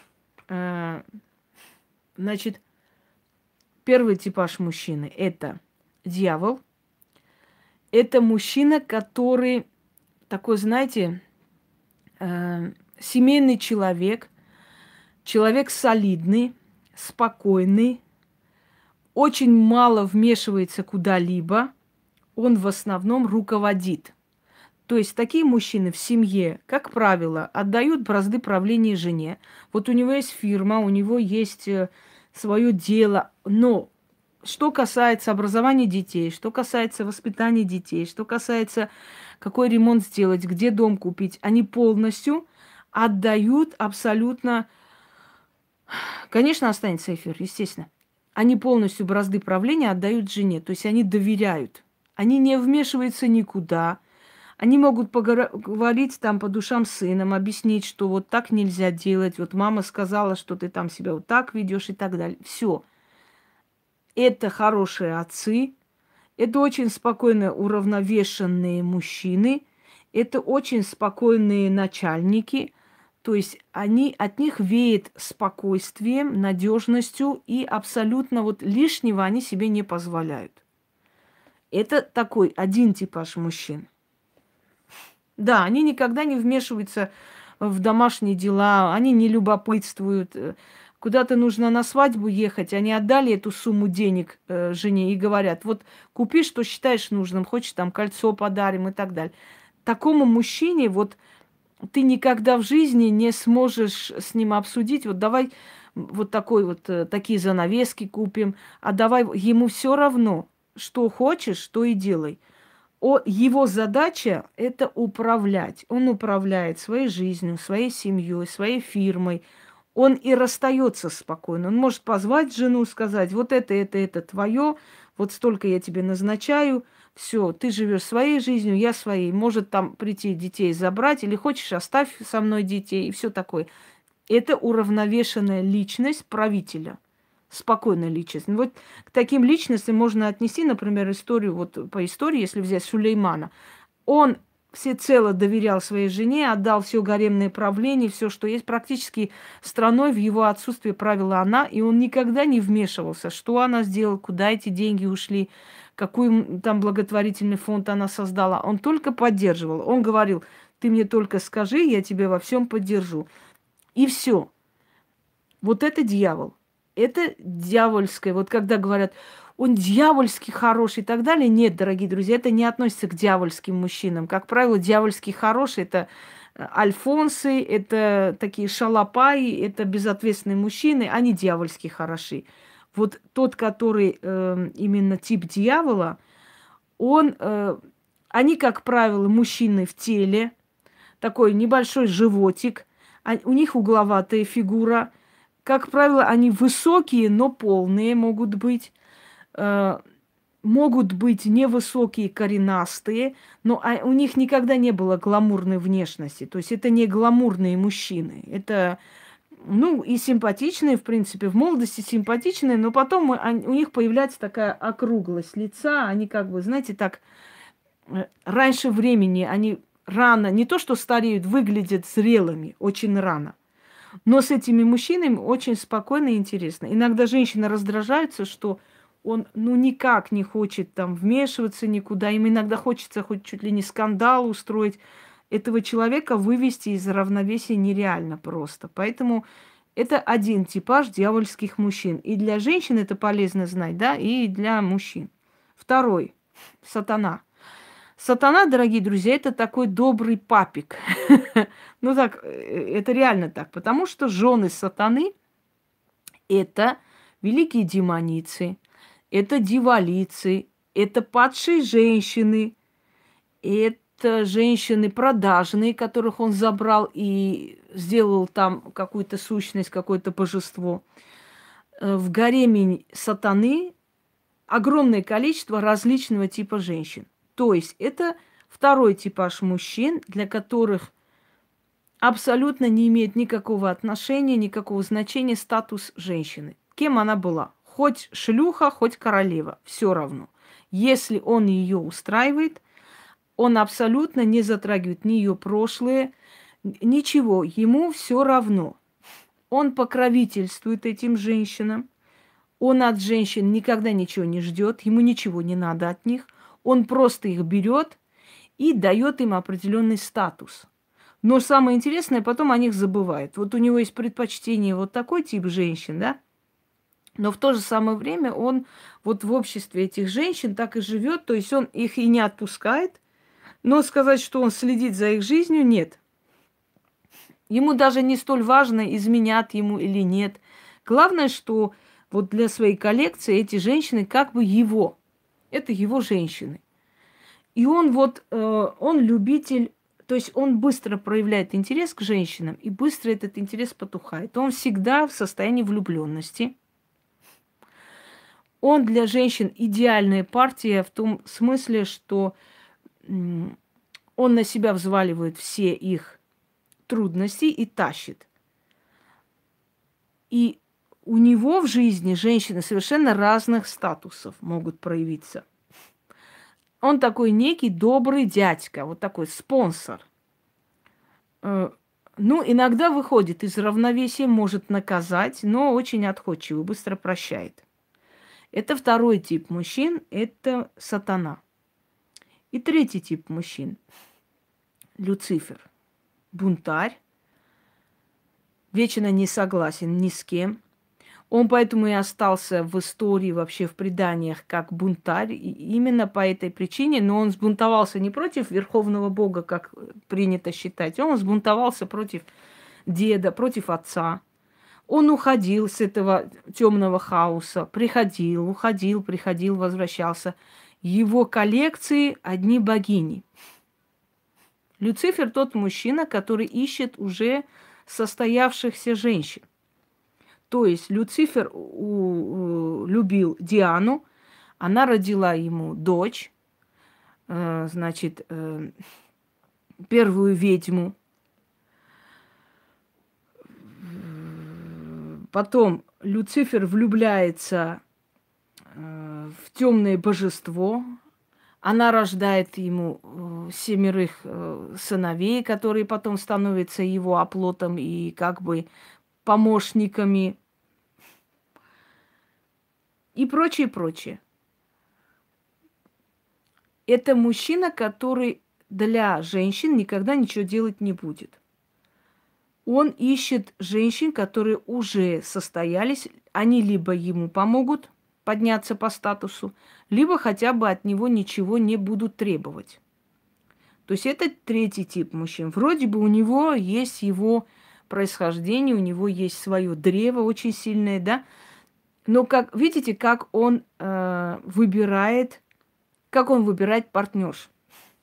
значит, первый типаж мужчины – это дьявол. Это мужчина, который такой, знаете, семейный человек, человек солидный, спокойный, очень мало вмешивается куда-либо, он в основном руководит. То есть такие мужчины в семье, как правило, отдают бразды правления жене. Вот у него есть фирма, у него есть свое дело, но что касается образования детей, что касается воспитания детей, что касается какой ремонт сделать, где дом купить, они полностью отдают абсолютно... Конечно, останется эфир, естественно. Они полностью бразды правления отдают жене, то есть они доверяют. Они не вмешиваются никуда. Они могут поговорить там по душам с сыном, объяснить, что вот так нельзя делать, вот мама сказала, что ты там себя вот так ведешь и так далее. Все. Это хорошие отцы, это очень спокойно уравновешенные мужчины, это очень спокойные начальники. То есть от них веет спокойствием, надежностью, и абсолютно вот лишнего они себе не позволяют. Это такой один типаж мужчин. Да, они никогда не вмешиваются в домашние дела, они не любопытствуют, куда-то нужно на свадьбу ехать, они отдали эту сумму денег жене и говорят, вот купи, что считаешь нужным, хочешь там кольцо подарим и так далее. Такому мужчине вот ты никогда в жизни не сможешь с ним обсудить, вот давай вот такой вот, такие занавески купим, а давай, ему все равно, что хочешь, то и делай. Его задача – это управлять. Он управляет своей жизнью, своей семьей, своей фирмой. Он и расстается спокойно. Он может позвать жену, сказать, вот это твое, вот столько я тебе назначаю, все, ты живешь своей жизнью, я своей. Может там прийти детей забрать, или хочешь, оставь со мной детей, и все такое. Это уравновешенная личность правителя, спокойная личность. Ну, вот к таким личностям можно отнести, например, историю, вот по истории, если взять Сулеймана. Он всецело доверял своей жене, отдал все гаремное правление, все, что есть. Практически страной в его отсутствие правила она, и он никогда не вмешивался, что она сделала, куда эти деньги ушли, какой там благотворительный фонд она создала. Он только поддерживал. Он говорил, ты мне только скажи, я тебя во всем поддержу. И все. Вот это дьявол. Это дьявольское. Вот когда говорят, он дьявольски хороший и так далее. Нет, дорогие друзья, это не относится к дьявольским мужчинам. Как правило, дьявольски хорошие – это альфонсы, это такие шалопаи, это безответственные мужчины. Они дьявольски хороши. Вот тот, который именно тип дьявола, они, как правило, мужчины в теле, такой небольшой животик, у них угловатая фигура. Как правило, они высокие, но полные могут быть. Могут быть невысокие, коренастые, но у них никогда не было гламурной внешности. То есть это не гламурные мужчины. Это, ну, и симпатичные, в принципе, в молодости симпатичные, но потом у них появляется такая округлость лица. Они как бы, знаете, так раньше времени, они рано, не то что стареют, выглядят зрелыми очень рано. Но с этими мужчинами очень спокойно и интересно. Иногда женщины раздражаются, что он, ну, никак не хочет там вмешиваться никуда. Им иногда хочется хоть чуть ли не скандал устроить. Этого человека вывести из равновесия нереально просто. Поэтому это один типаж дьявольских мужчин. И для женщин это полезно знать, да, и для мужчин. Второй. Сатана. Сатана, дорогие друзья, это такой добрый папик. Ну так, это реально так. Потому что жены сатаны – это великие демоницы, это дьяволицы, это падшие женщины, это женщины продажные, которых он забрал и сделал там какую-то сущность, какое-то божество. В гареме сатаны огромное количество различного типа женщин. То есть это второй типаж мужчин, для которых абсолютно не имеет никакого отношения, никакого значения статус женщины. Кем она была? Хоть шлюха, хоть королева. Все равно. Если он ее устраивает, он абсолютно не затрагивает ни ее прошлое, ничего. Ему все равно. Он покровительствует этим женщинам. Он от женщин никогда ничего не ждет, ему ничего не надо от них. Он просто их берет и дает им определенный статус. Но самое интересное, потом о них забывает. Вот у него есть предпочтение вот такой тип женщин, да? Но в то же самое время он вот в обществе этих женщин так и живет, то есть он их и не отпускает, но сказать, что он следит за их жизнью, нет. Ему даже не столь важно, изменят ему или нет. Главное, что вот для своей коллекции эти женщины как бы его. Это его женщины. И он вот, он любитель, то есть он быстро проявляет интерес к женщинам, и быстро этот интерес потухает. Он всегда в состоянии влюбленности. Он для женщин идеальная партия в том смысле, что он на себя взваливает все их трудности и тащит. И у него в жизни женщины совершенно разных статусов могут проявиться. Он такой некий добрый дядька, вот такой спонсор. Ну, иногда выходит из равновесия, может наказать, но очень отходчивый, быстро прощает. Это второй тип мужчин, это сатана. И третий тип мужчин – Люцифер, бунтарь, вечно не согласен ни с кем. Он поэтому и остался в истории, вообще в преданиях, как бунтарь, и именно по этой причине. Но он сбунтовался не против верховного бога, как принято считать, он сбунтовался против деда, против отца. Он уходил с этого темного хаоса, приходил, уходил, приходил, возвращался. Его коллекции одни богини. Люцифер тот мужчина, который ищет уже состоявшихся женщин. То есть Люцифер любил Диану, она родила ему дочь, значит, первую ведьму. Потом Люцифер влюбляется в темное божество. Она рождает ему 7 сыновей, которые потом становятся его оплотом и как бы помощниками. И прочее, прочее. Это мужчина, который для женщин никогда ничего делать не будет. Он ищет женщин, которые уже состоялись. Они либо ему помогут подняться по статусу, либо хотя бы от него ничего не будут требовать. То есть это третий тип мужчин. Вроде бы у него есть его происхождение, у него есть свое древо очень сильное, да. Но как видите, как он выбирает партнерш.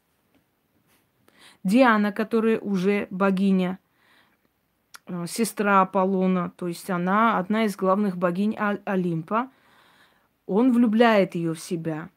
Диана, которая уже богиня, сестра Аполлона, то есть она одна из главных богинь Олимпа. Он влюбляет ее в себя.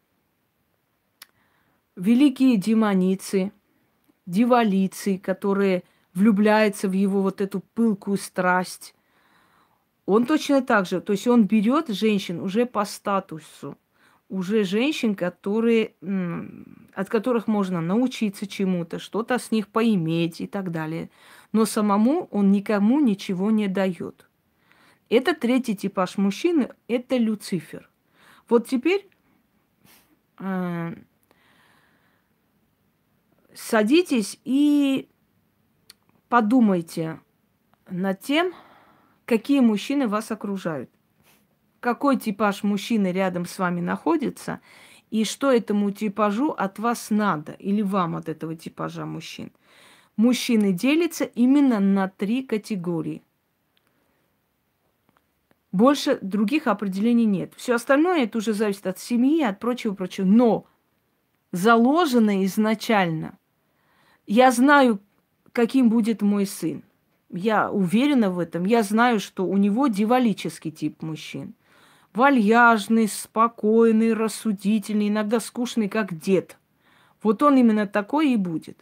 Великие демоницы, дьяволицы, которые влюбляются в его вот эту пылкую страсть. Он точно так же, то есть он берет женщин уже по статусу, уже женщин, которые, от которых можно научиться чему-то, что-то с них поиметь и так далее. Но самому он никому ничего не дает. Это третий типаж мужчины, это Люцифер. Вот теперь садитесь и подумайте над тем, какие мужчины вас окружают. Какой типаж мужчины рядом с вами находится, и что этому типажу от вас надо, или вам от этого типажа мужчин. Мужчины делятся именно на 3 категории. Больше других определений нет. Все остальное это уже зависит от семьи, от прочего-прочего. Но заложено изначально. Я знаю, каким будет мой сын. Я уверена в этом. Я знаю, что у него дьяволический тип мужчин. Вальяжный, спокойный, рассудительный, иногда скучный, как дед. Вот он именно такой и будет.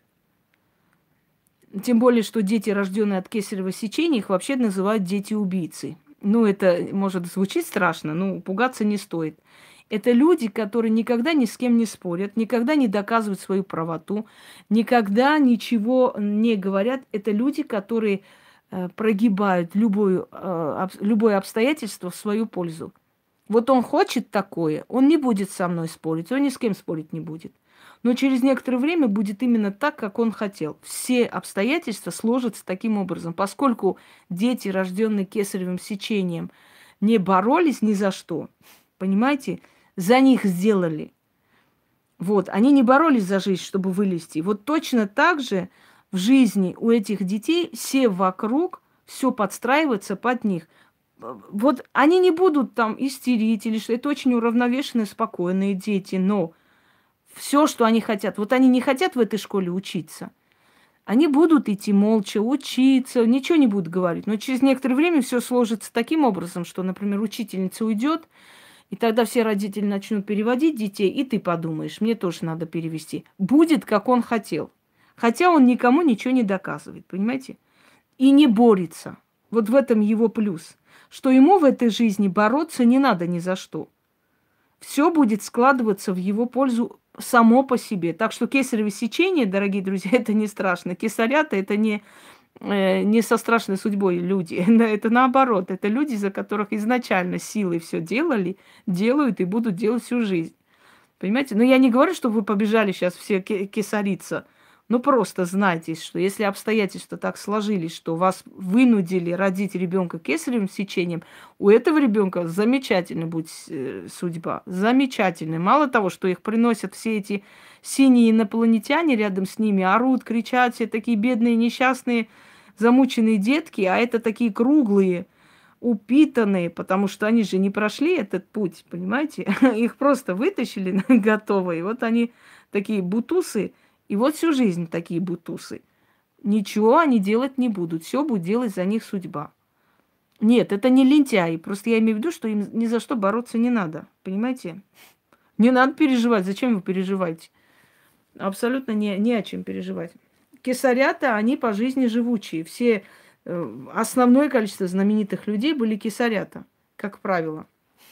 Тем более, что дети, рожденные от кесарево сечения, их вообще называют дети-убийцы. Ну, это может звучить страшно, но пугаться не стоит. Это люди, которые никогда ни с кем не спорят, никогда не доказывают свою правоту, никогда ничего не говорят. Это люди, которые прогибают любое обстоятельство в свою пользу. Вот он хочет такое, он не будет со мной спорить, он ни с кем спорить не будет. Но через некоторое время будет именно так, как он хотел. Все обстоятельства сложатся таким образом. Поскольку дети, рожденные кесаревым сечением, не боролись ни за что, понимаете, за них сделали. Вот, они не боролись за жизнь, чтобы вылезти. Вот точно так же в жизни у этих детей все вокруг, все подстраивается под них. Вот они не будут там истерить или что. Это очень уравновешенные, спокойные дети, но все, что они хотят. Вот они не хотят в этой школе учиться. Они будут идти молча, учиться, ничего не будут говорить. Но через некоторое время все сложится таким образом, что, например, учительница уйдет, и тогда все родители начнут переводить детей, и ты подумаешь, мне тоже надо перевести. Будет, как он хотел. Хотя он никому ничего не доказывает, понимаете? И не борется. Вот в этом его плюс. Что ему в этой жизни бороться не надо ни за что. Все будет складываться в его пользу само по себе. Так что кесарево сечение, дорогие друзья, это не страшно. Кесарята – это не со страшной судьбой люди. Это наоборот. Это люди, за которых изначально силой все делали, делают и будут делать всю жизнь. Понимаете? Но я не говорю, что вы побежали сейчас все кесариться. Ну, просто знайте, что если обстоятельства так сложились, что вас вынудили родить ребенка кесаревым сечением, у этого ребенка замечательная будет судьба. Замечательная. Мало того, что их приносят все эти синие инопланетяне рядом с ними, орут, кричат, все такие бедные, несчастные, замученные детки, а это такие круглые, упитанные, потому что они же не прошли этот путь, понимаете? Их просто вытащили готовые. Вот они такие бутусы, и вот всю жизнь такие бутусы. Ничего они делать не будут. Все будет делать за них судьба. Нет, это не лентяи. Просто я имею в виду, что им ни за что бороться не надо. Понимаете? Не надо переживать. Зачем вы переживаете? Абсолютно не о чем переживать. Кесарята, они по жизни живучие. Все, основное количество знаменитых людей были кесарята, как правило.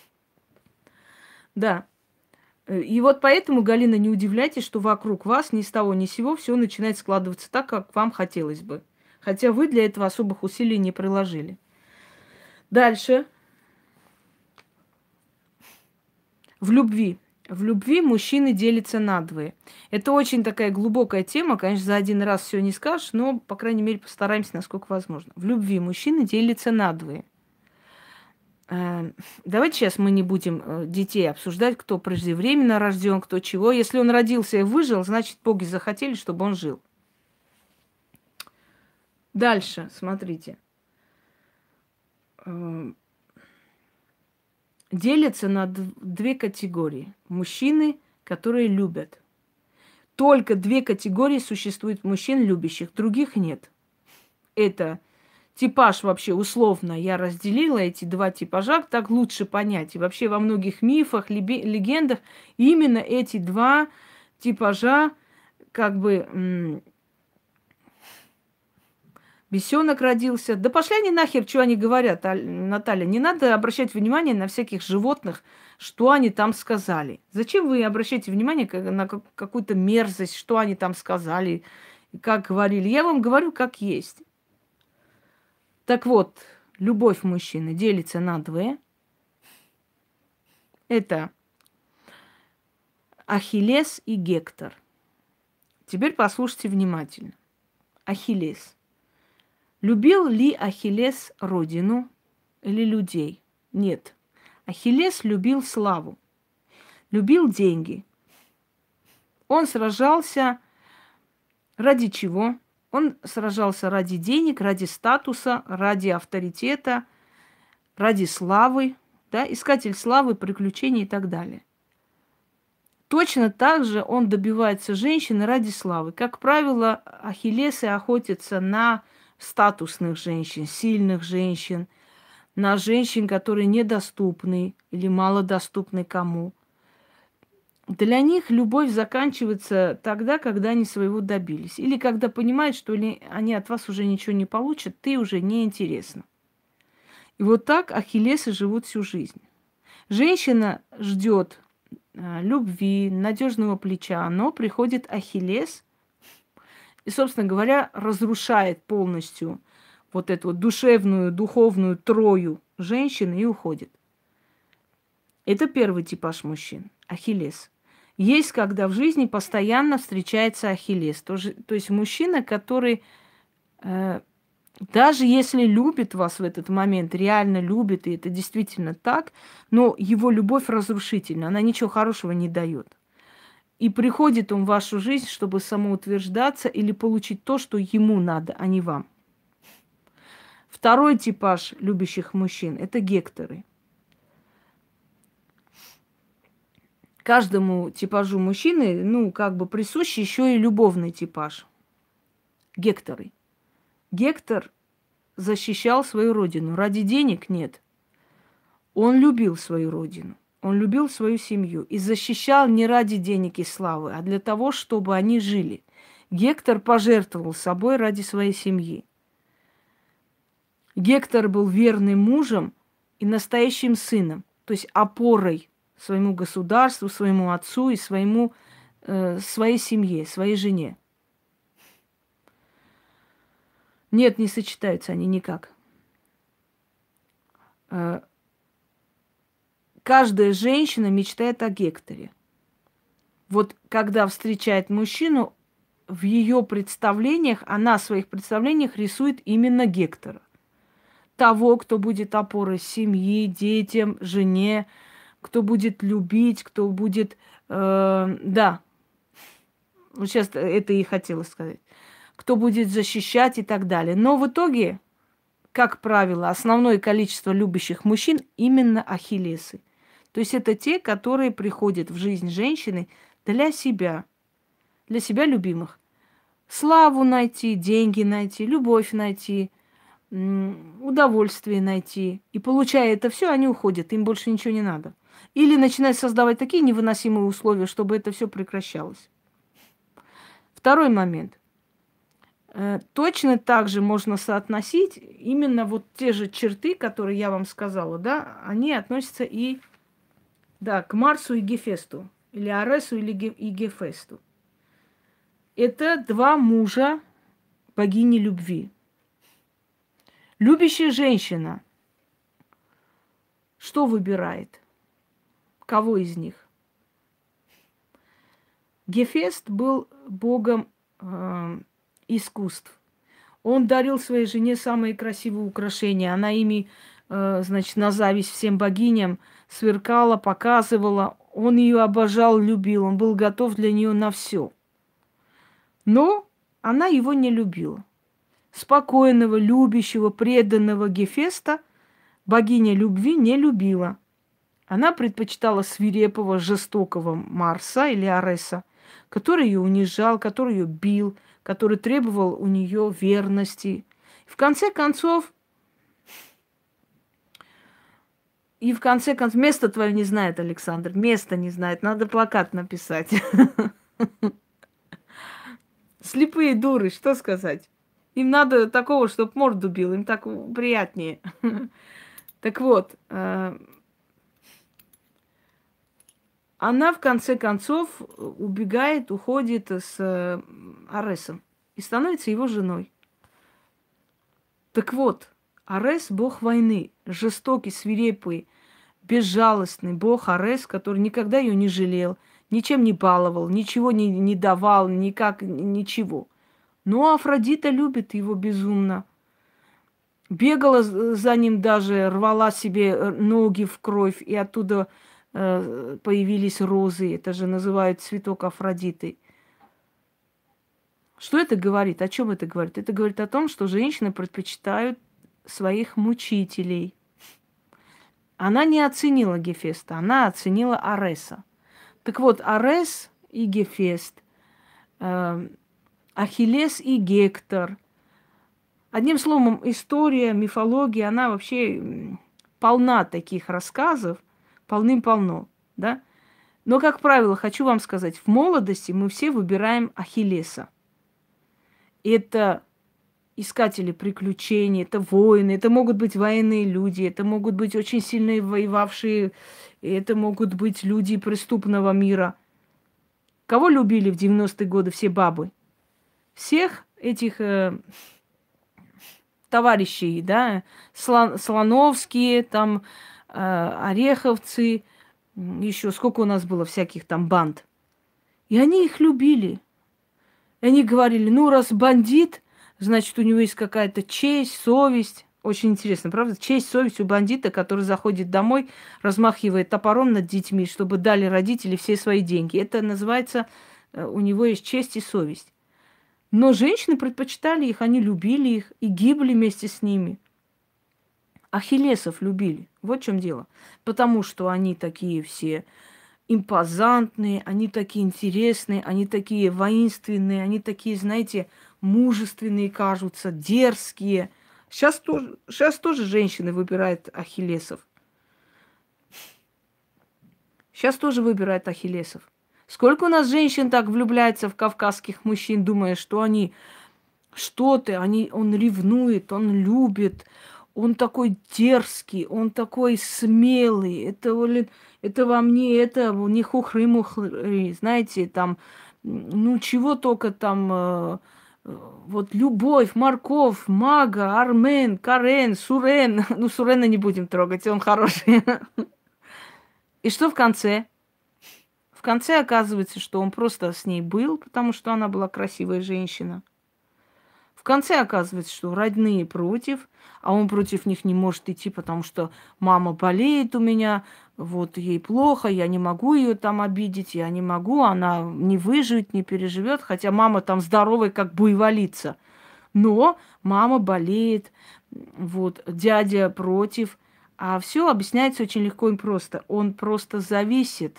Да. И вот поэтому, Галина, не удивляйтесь, что вокруг вас ни с того ни с сего все начинает складываться так, как вам хотелось бы. Хотя вы для этого особых усилий не приложили. Дальше. В любви. В любви мужчины делятся надвое. Это очень такая глубокая тема. Конечно, за один раз все не скажешь, но, по крайней мере, постараемся, насколько возможно. В любви мужчины делятся надвое. Давайте сейчас мы не будем детей обсуждать, кто преждевременно рожден, кто чего. Если он родился и выжил, значит, боги захотели, чтобы он жил. Дальше, смотрите. Делятся на две категории. Мужчины, которые любят. Только две категории существует мужчин любящих, других нет. Это типаж вообще условно я разделила эти два типажа, так лучше понять. И вообще во многих мифах, легендах именно эти два типажа как бы бесенок родился. Да пошли они нахер, что они говорят, Наталья. Не надо обращать внимание на всяких животных, что они там сказали. Зачем вы обращаете внимание на какую-то мерзость, что они там сказали, как говорили? Я вам говорю, как есть. Так вот, любовь мужчины делится на две. Это Ахиллес и Гектор. Теперь послушайте внимательно. Ахиллес. Любил ли Ахиллес родину или людей? Нет. Ахиллес любил славу, любил деньги. Он сражался ради чего? Он сражался ради денег, ради статуса, ради авторитета, ради славы, да, искатель славы, приключений и так далее. Точно так же он добивается женщины ради славы. Как правило, ахиллесы охотятся на статусных женщин, сильных женщин, на женщин, которые недоступны или малодоступны кому. Для них любовь заканчивается тогда, когда они своего добились. Или когда понимают, что они от вас уже ничего не получат, ты уже не интересна. И вот так ахиллесы живут всю жизнь. Женщина ждет любви, надежного плеча, но приходит ахиллес и, собственно говоря, разрушает полностью вот эту вот душевную, духовную трою женщины и уходит. Это первый типаж мужчин. Ахиллес. Есть, когда в жизни постоянно встречается ахиллес. То есть мужчина, который даже если любит вас в этот момент, реально любит, и это действительно так, но его любовь разрушительна, она ничего хорошего не дает. И приходит он в вашу жизнь, чтобы самоутверждаться или получить то, что ему надо, а не вам. Второй типаж любящих мужчин – это гекторы. Каждому типажу мужчины, присущ еще и любовный типаж. Гекторы. Гектор защищал свою родину. Ради денег нет. Он любил свою родину. Он любил свою семью. И защищал не ради денег и славы, а для того, чтобы они жили. Гектор пожертвовал собой ради своей семьи. Гектор был верным мужем и настоящим сыном. То есть опорой своему государству, своему отцу и своей семье, своей жене. Нет, не сочетаются они никак. Каждая женщина мечтает о Гекторе. Вот когда встречает мужчину, в ее представлениях, она в своих представлениях рисует именно Гектора. Того, кто будет опорой семьи, детям, жене, кто будет любить, кто будет... да, вот сейчас это и хотела сказать. Кто будет защищать и так далее. Но в итоге, как правило, основное количество любящих мужчин именно ахиллесы. То есть это те, которые приходят в жизнь женщины для себя любимых. Славу найти, деньги найти, любовь найти, удовольствие найти. И получая это все, они уходят, им больше ничего не надо. Или начинают создавать такие невыносимые условия, чтобы это все прекращалось. Второй момент. Точно так же можно соотносить именно вот те же черты, которые я вам сказала, да, они относятся и, да, к Марсу и Гефесту, или Аресу и Гефесту. Это два мужа богини любви. Любящая женщина что выбирает? Кого из них? Гефест был богом искусств. Он дарил своей жене самые красивые украшения. Она ими, значит, на зависть всем богиням сверкала, показывала. Он ее обожал, любил. Он был готов для нее на все. Но она его не любила. Спокойного, любящего, преданного Гефеста богиня любви не любила. Она предпочитала свирепого, жестокого Марса или Ареса, который ее унижал, который ее бил, который требовал у нее верности. В конце концов, место твое не знает, Александр, место не знает, надо плакат написать. Слепые дуры, что сказать? Им надо такого, чтоб морду бил, им так приятнее. Так вот, она в конце концов убегает, уходит с Аресом и становится его женой. Так вот, Арес – бог войны, жестокий, свирепый, безжалостный бог Арес, который никогда ее не жалел, ничем не баловал, ничего не давал, никак, ничего. Но Афродита любит его безумно. Бегала за ним даже, рвала себе ноги в кровь, и оттуда появились розы. Это же называют цветок Афродиты. Что это говорит? О чем это говорит? Это говорит о том, что женщины предпочитают своих мучителей. Она не оценила Гефеста, она оценила Ареса. Так вот, Арес и Гефест, Ахиллес и Гектор. Одним словом, история, мифология, она вообще полна таких рассказов, полным-полно, да? Но, как правило, хочу вам сказать, в молодости мы все выбираем Ахиллеса. Это искатели приключений, это воины, это могут быть военные люди, это могут быть очень сильные воевавшие, это могут быть люди преступного мира. Кого любили в 90-е годы все бабы? Всех этих товарищей, да, Слоновские, там, Ореховцы, еще сколько у нас было всяких там банд. И они их любили. И они говорили, ну, раз бандит, значит, у него есть какая-то честь, совесть. Очень интересно, правда? Честь, совесть у бандита, который заходит домой, размахивает топором над детьми, чтобы дали родители все свои деньги. Это называется, у него есть честь и совесть. Но женщины предпочитали их, они любили их и гибли вместе с ними. Ахиллесов любили. Вот в чем дело. Потому что они такие все импозантные, они такие интересные, они такие воинственные, они такие, знаете, мужественные кажутся, дерзкие. Сейчас тоже женщины выбирают Ахиллесов. Сейчас тоже выбирают Ахиллесов. Сколько у нас женщин так влюбляется в кавказских мужчин, думая, что они что-то, он ревнует, он любит, он такой дерзкий, он такой смелый, это во мне, это не хухры-мухры, знаете, там, ну чего только там, вот любовь, морковь, мага, Армен, Карен, Сурен, ну Сурена не будем трогать, он хороший. И что в конце? В конце оказывается, что он просто с ней был, потому что она была красивая женщина. В конце оказывается, что родные против, а он против них не может идти, потому что мама болеет у меня, вот ей плохо, я не могу ее там обидеть, я не могу, она не выживет, не переживет, хотя мама там здоровая, как буйволица. Но мама болеет, вот, дядя против. А все объясняется очень легко и просто. Он просто зависит.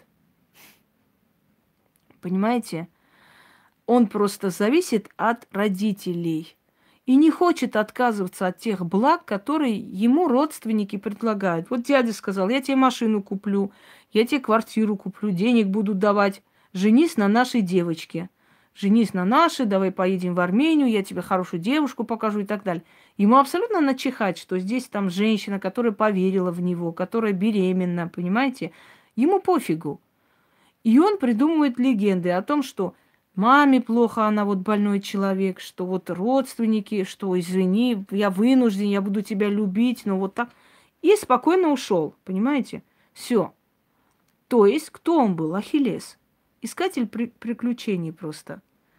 Понимаете? Он просто зависит от родителей. И не хочет отказываться от тех благ, которые ему родственники предлагают. Вот дядя сказал, я тебе машину куплю, я тебе квартиру куплю, денег буду давать. Женись на нашей девочке. Женись на нашей, давай поедем в Армению, я тебе хорошую девушку покажу и так далее. Ему абсолютно начихать, что здесь там женщина, которая поверила в него, которая беременна, понимаете? Ему пофигу. И он придумывает легенды о том, что маме плохо, она вот больной человек, что вот родственники, что извини, я вынужден, я буду тебя любить, но вот так. И спокойно ушел, понимаете? Все. То есть, кто он был? Ахиллес. Искатель приключений просто.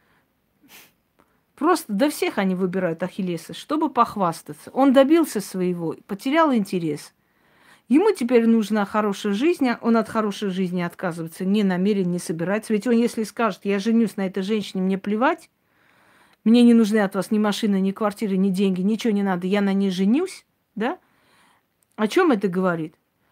Просто до всех они выбирают Ахиллеса, чтобы похвастаться. Он добился своего, потерял интерес. Ему теперь нужна хорошая жизнь, а он от хорошей жизни отказывается, не намерен, не собирается. Ведь он, если скажет, я женюсь на этой женщине, мне плевать, мне не нужны от вас ни машины, ни квартиры, ни деньги, ничего не надо, я на ней женюсь, да? О чем это говорит?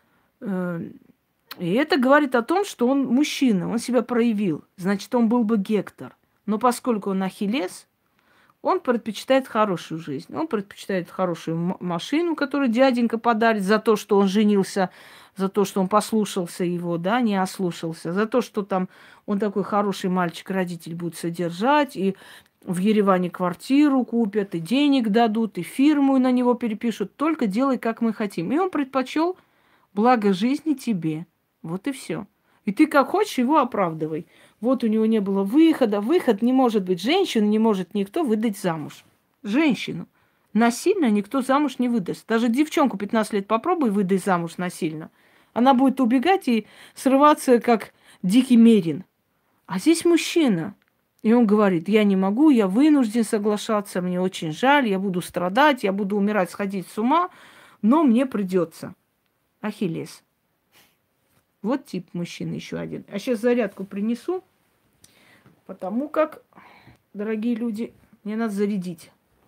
И это говорит о том, что он мужчина, он себя проявил. Значит, он был бы Гектор. Но поскольку он Ахиллес, он предпочитает хорошую жизнь. Он предпочитает хорошую машину, которую дяденька подарит за то, что он женился, за то, что он послушался его, да, не ослушался, за то, что там он такой хороший мальчик, родитель будет содержать, и в Ереване квартиру купят, и денег дадут, и фирму на него перепишут. Только делай, как мы хотим. И он предпочел благо жизни тебе. Вот и все. И ты как хочешь его оправдывай. Вот у него не было выхода. Выход не может быть. Женщину не может никто выдать замуж. Женщину. Насильно никто замуж не выдаст. Даже девчонку 15 лет попробуй выдай замуж насильно. Она будет убегать и срываться, как дикий мерин. А здесь мужчина. И он говорит, я не могу, я вынужден соглашаться, мне очень жаль, я буду страдать, я буду умирать, сходить с ума, но мне придется. Ахиллес. Вот тип мужчины еще один. А сейчас зарядку принесу, потому как, дорогие люди, мне надо зарядить.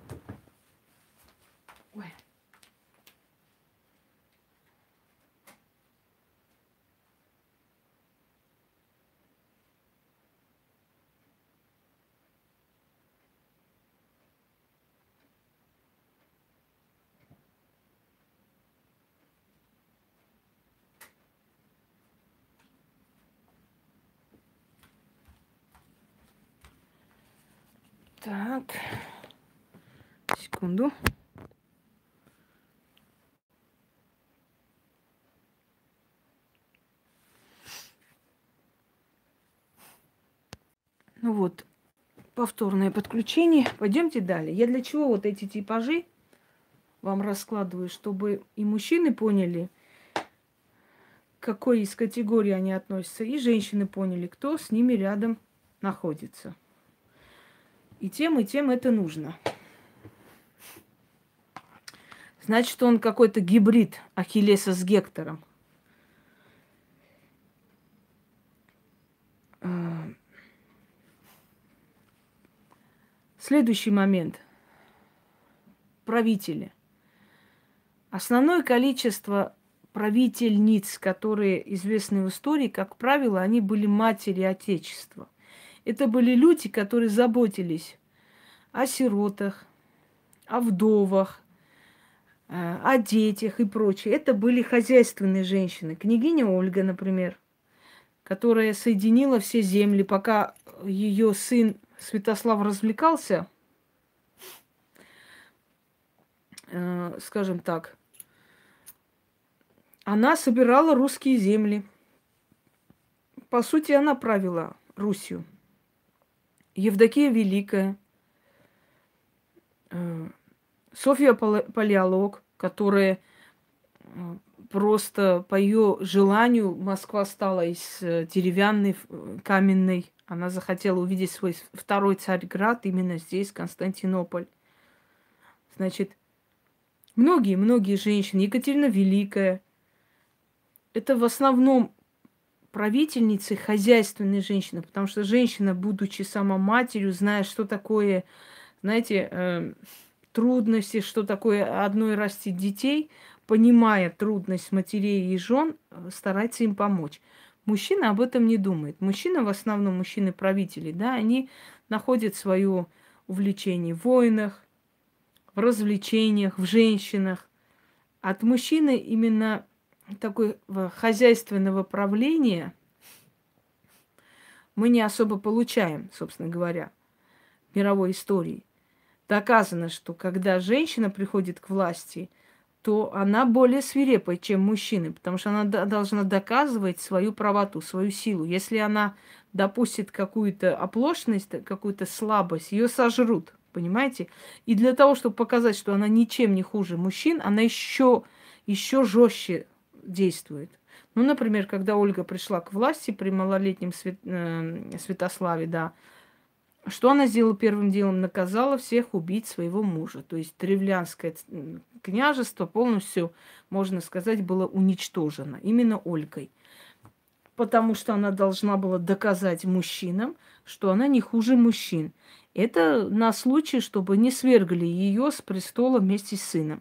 Ой. Так, секунду. Ну вот, повторное подключение. Пойдемте далее. Я для чего вот эти типажи вам раскладываю, чтобы и мужчины поняли, к какой из категорий они относятся, и женщины поняли, кто с ними рядом находится. И тем это нужно. Значит, он какой-то гибрид Ахиллеса с Гектором. Следующий момент. Правители. Основное количество правительниц, которые известны в истории, как правило, они были матери Отечества. Это были люди, которые заботились о сиротах, о вдовах, о детях и прочее. Это были хозяйственные женщины. Княгиня Ольга, например, которая соединила все земли, пока ее сын Святослав развлекался, скажем так, она собирала русские земли. По сути, она правила Русью. Евдокия Великая, Софья Палеолог, которая просто по ее желанию Москва стала из деревянной, каменной. Она захотела увидеть свой второй Царьград именно здесь, Константинополь. Значит, многие женщины, Екатерина Великая, это в основном правительницы, хозяйственные женщины, потому что женщина, будучи сама матерью, зная, что такое, знаете, трудности, что такое одной растить детей, понимая трудность матерей и жен, старается им помочь. Мужчина об этом не думает. Мужчина, в основном мужчины-правители, да, они находят свое увлечение в войнах, в развлечениях, в женщинах. От мужчины именно такой хозяйственного правления мы не особо получаем, собственно говоря, в мировой истории. Доказано, что когда женщина приходит к власти, то она более свирепая, чем мужчины, потому что она должна доказывать свою правоту, свою силу. Если она допустит какую-то оплошность, какую-то слабость, ее сожрут, понимаете? И для того, чтобы показать, что она ничем не хуже мужчин, она еще жестче действует. Ну, например, когда Ольга пришла к власти при малолетнем Святославе, да, что она сделала первым делом? Наказала всех убить своего мужа. То есть древлянское княжество полностью, можно сказать, было уничтожено именно Ольгой. Потому что она должна была доказать мужчинам, что она не хуже мужчин. Это на случай, чтобы не свергли ее с престола вместе с сыном.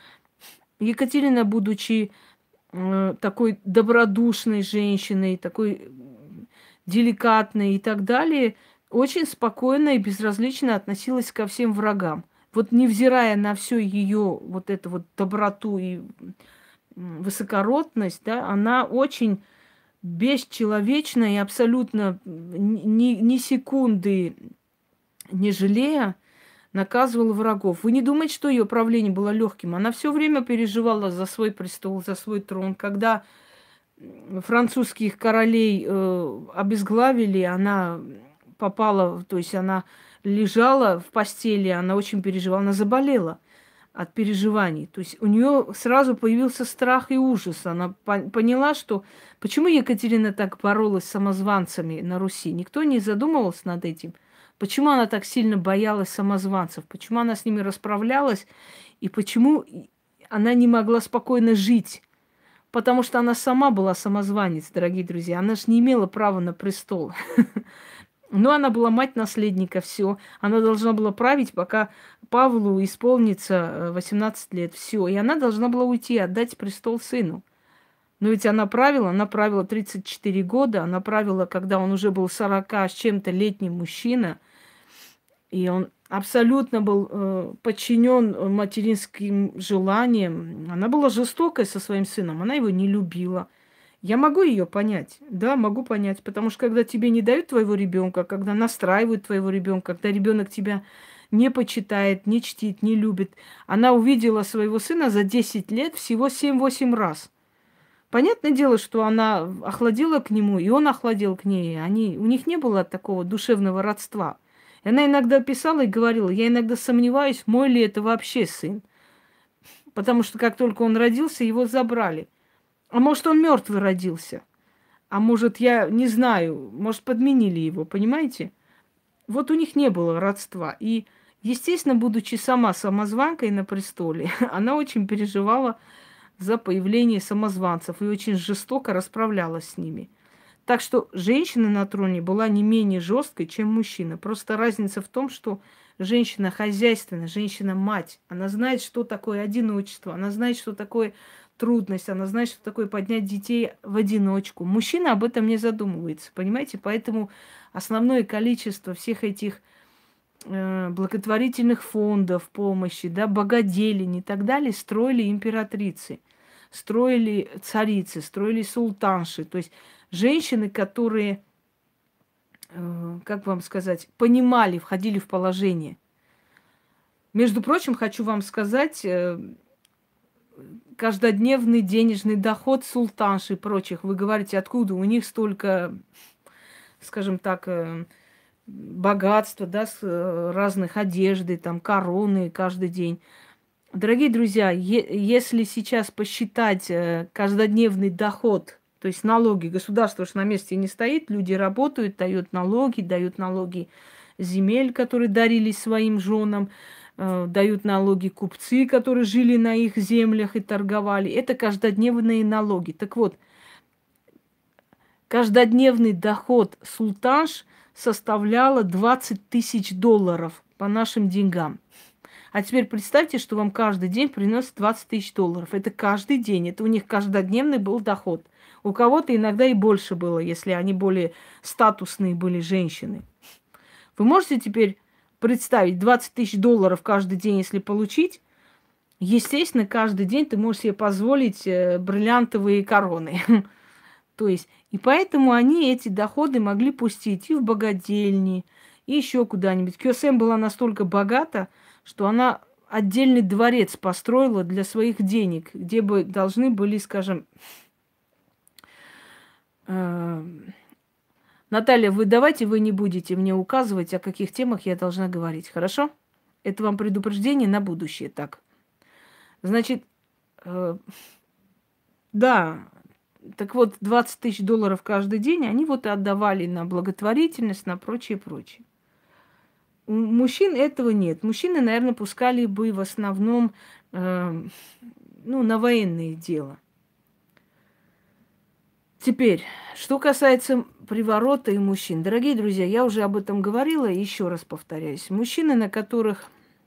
Екатерина, будучи такой добродушной женщиной, такой деликатной и так далее, очень спокойно и безразлично относилась ко всем врагам. Вот невзирая на всю ее вот эту вот доброту и высокородность, да, она очень бесчеловечно и абсолютно ни секунды не жалея наказывала врагов. Вы не думаете, что ее правление было легким? Она все время переживала за свой престол, за свой трон. Когда французских королей обезглавили, она попала, то есть она лежала в постели, она очень переживала, она заболела от переживаний. То есть у нее сразу появился страх и ужас. Она поняла, что почему Екатерина так боролась с самозванцами на Руси. Никто не задумывался над этим. Почему она так сильно боялась самозванцев? Почему она с ними расправлялась? И почему она не могла спокойно жить? Потому что она сама была самозванец, дорогие друзья. Она же не имела права на престол. Но она была мать наследника, все. Она должна была править, пока Павлу исполнится 18 лет. Все. И она должна была уйти, отдать престол сыну. Но ведь она правила 34 года. Она правила, когда он уже был 40 с чем-то летний мужчина. И он абсолютно был подчинен материнским желаниям. Она была жестокой со своим сыном. Она его не любила. Я могу ее понять, да, могу понять, потому что когда тебе не дают твоего ребенка, когда настраивают твоего ребенка, когда ребенок тебя не почитает, не чтит, не любит, она увидела своего сына за 10 лет всего 7-8 раз. Понятное дело, что она охладела к нему, и он охладел к ней. У них не было такого душевного родства. И она иногда писала и говорила: я иногда сомневаюсь, мой ли это вообще сын. Потому что как только он родился, его забрали. А может, он мертвый родился. А может, я не знаю, может, подменили его, понимаете? Вот у них не было родства. И, естественно, будучи сама самозванкой на престоле, она очень переживала за появление самозванцев и очень жестоко расправлялась с ними. Так что женщина на троне была не менее жесткой, чем мужчина. Просто разница в том, что женщина хозяйственная, женщина-мать. Она знает, что такое одиночество, она знает, что такое трудность, она знает, что такое поднять детей в одиночку. Мужчина об этом не задумывается, понимаете? Поэтому основное количество всех этих благотворительных фондов помощи, да, богоделень и так далее строили императрицы, строили царицы, строили султанши. То есть женщины, которые, как вам сказать, понимали, входили в положение. Между прочим, хочу вам сказать, каждодневный денежный доход султанши и прочих. Вы говорите, откуда у них столько, скажем так, богатства, да, разных одежды, там, короны каждый день. Дорогие друзья, если сейчас посчитать каждодневный доход, то есть налоги, государство уж на месте не стоит, люди работают, дают налоги земель, которые дарили своим женам, дают налоги купцы, которые жили на их землях и торговали. Это каждодневные налоги. Так вот, каждодневный доход султанш составляла 20 тысяч долларов по нашим деньгам. А теперь представьте, что вам каждый день приносят 20 тысяч долларов. Это каждый день. Это у них каждодневный был доход. У кого-то иногда и больше было, если они более статусные были женщины. Вы можете теперь представить 20 тысяч долларов каждый день, если получить? Естественно, каждый день ты можешь себе позволить бриллиантовые короны. То есть, и поэтому они эти доходы могли пустить и в богадельни, и еще куда-нибудь. Кёсем была настолько богата, что она отдельный дворец построила для своих денег, где бы должны были, скажем, Наталья, вы не будете мне указывать, о каких темах я должна говорить, хорошо? Это вам предупреждение на будущее, так. Значит, да, так вот, 20 тысяч долларов каждый день они вот и отдавали на благотворительность, на прочее, прочее. У мужчин этого нет. Мужчины, наверное, пускали бы в основном на военные дела. Теперь, что касается приворота и мужчин. Дорогие друзья, я уже об этом говорила, и еще раз повторяюсь. Мужчины, на которых,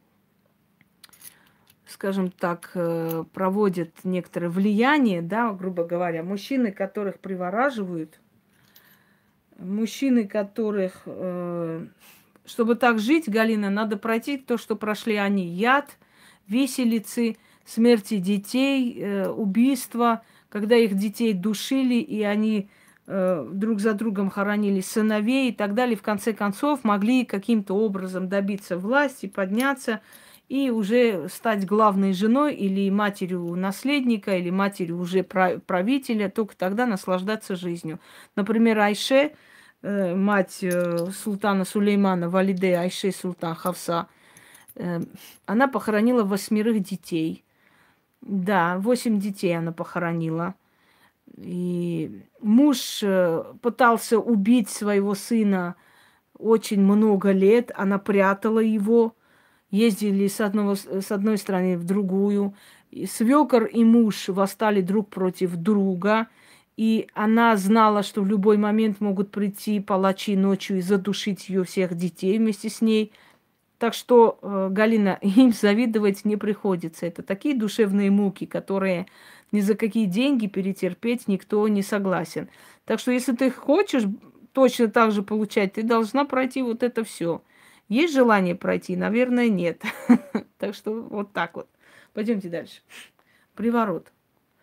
скажем так, проводят некоторое влияние, да, грубо говоря, мужчины, которых привораживают, мужчины, которых, чтобы так жить, Галина, надо пройти то, что прошли они. Яд, виселицы, смерти детей, убийства, когда их детей душили, и они друг за другом хоронили сыновей и так далее. В конце концов, могли каким-то образом добиться власти, подняться и уже стать главной женой или матерью наследника, или матерью уже правителя, только тогда наслаждаться жизнью. Например, Айше, мать султана Сулеймана, Валиде Айше Султан Хавса, она похоронила 8 детей. Да, 8 детей она похоронила. И муж пытался убить своего сына очень много лет. Она прятала его. Ездили с одной стороны в другую. Свекор и муж восстали друг против друга. И она знала, что в любой момент могут прийти палачи ночью и задушить ее всех детей вместе с ней. Так что, Галина, им завидовать не приходится. Это такие душевные муки, которые ни за какие деньги перетерпеть никто не согласен. Так что, если ты хочешь точно так же получать, ты должна пройти вот это все. Есть желание пройти? Наверное, нет. Так что вот так вот. Пойдемте дальше. Приворот.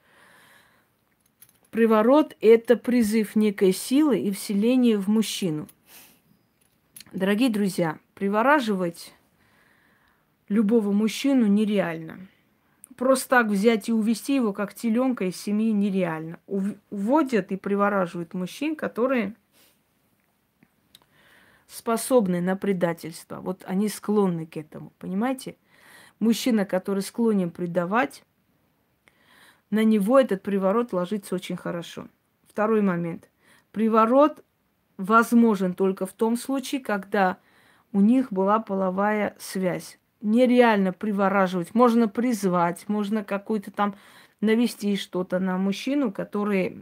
Приворот – это призыв некой силы и вселение в мужчину. Дорогие друзья, привораживать любого мужчину нереально. Просто так взять и увести его, как теленка из семьи, нереально. Уводят и привораживают мужчин, которые способны на предательство. Вот они склонны к этому, понимаете? Мужчина, который склонен предавать, на него этот приворот ложится очень хорошо. Второй момент. Приворот возможен только в том случае, когда у них была половая связь. Нереально привораживать. Можно призвать, можно какой-то там навести что-то на мужчину, который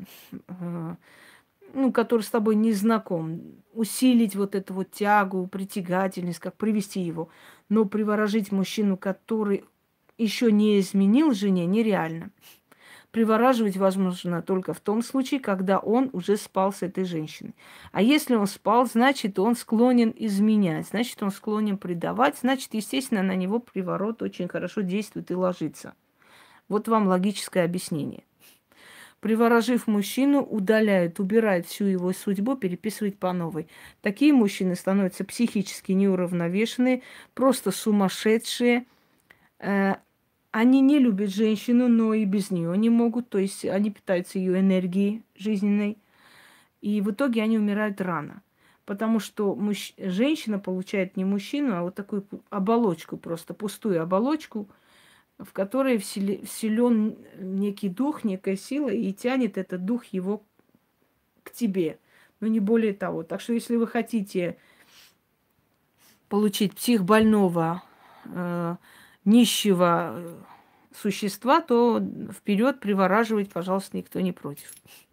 с тобой не знаком. Усилить вот эту вот тягу, притягательность, как привести его. Но приворожить мужчину, который еще не изменил жене, нереально. Привораживать возможно только в том случае, когда он уже спал с этой женщиной. А если он спал, значит, он склонен изменять, значит, он склонен предавать, значит, естественно, на него приворот очень хорошо действует и ложится. Вот вам логическое объяснение. Приворожив мужчину, удаляют, убирают всю его судьбу, переписывают по новой. Такие мужчины становятся психически неуравновешенные, просто сумасшедшие. Они не любят женщину, но и без нее не могут. То есть они питаются ее энергией жизненной. И в итоге они умирают рано. Потому что женщина получает не мужчину, а вот такую оболочку, просто пустую оболочку. в которой вселен некий дух, некая сила, и тянет этот дух его к тебе. Но не более того. Так что если вы хотите получить психбольного, нищего существа, то вперед привораживать, пожалуйста, никто не против.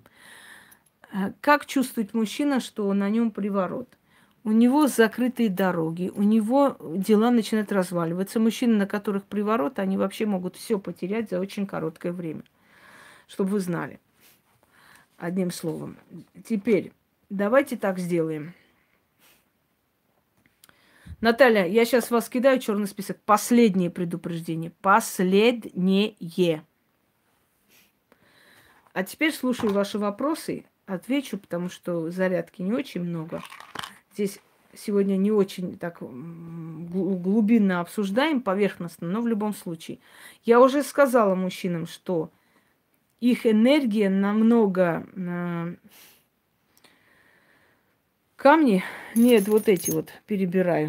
Как чувствует мужчина, что на нем приворот? У него закрытые дороги, у него дела начинают разваливаться. Мужчины, на которых приворот, они вообще могут все потерять за очень короткое время. Чтобы вы знали. Одним словом. Теперь давайте так сделаем. Наталья, я сейчас вас кидаю в черный список. Последнее предупреждение. Последнее. А теперь слушаю ваши вопросы. Отвечу, потому что зарядки не очень много. Здесь сегодня не очень так глубинно обсуждаем, поверхностно, но в любом случае. Я уже сказала мужчинам, что их энергия намного... Камни? Нет, вот эти вот перебираю.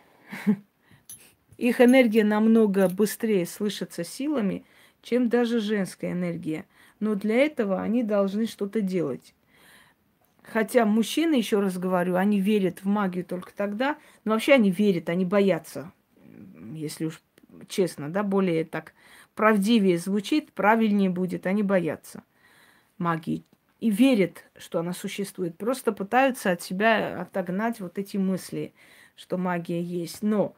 Их энергия намного быстрее слышится силами, чем даже женская энергия. Но для этого они должны что-то делать. Хотя мужчины, еще раз говорю, они верят в магию только тогда. Но вообще они верят, они боятся. Если уж честно, да, более так правдивее звучит, правильнее будет. Они боятся магии. И верят, что она существует. Просто пытаются от себя отогнать вот эти мысли, что магия есть. Но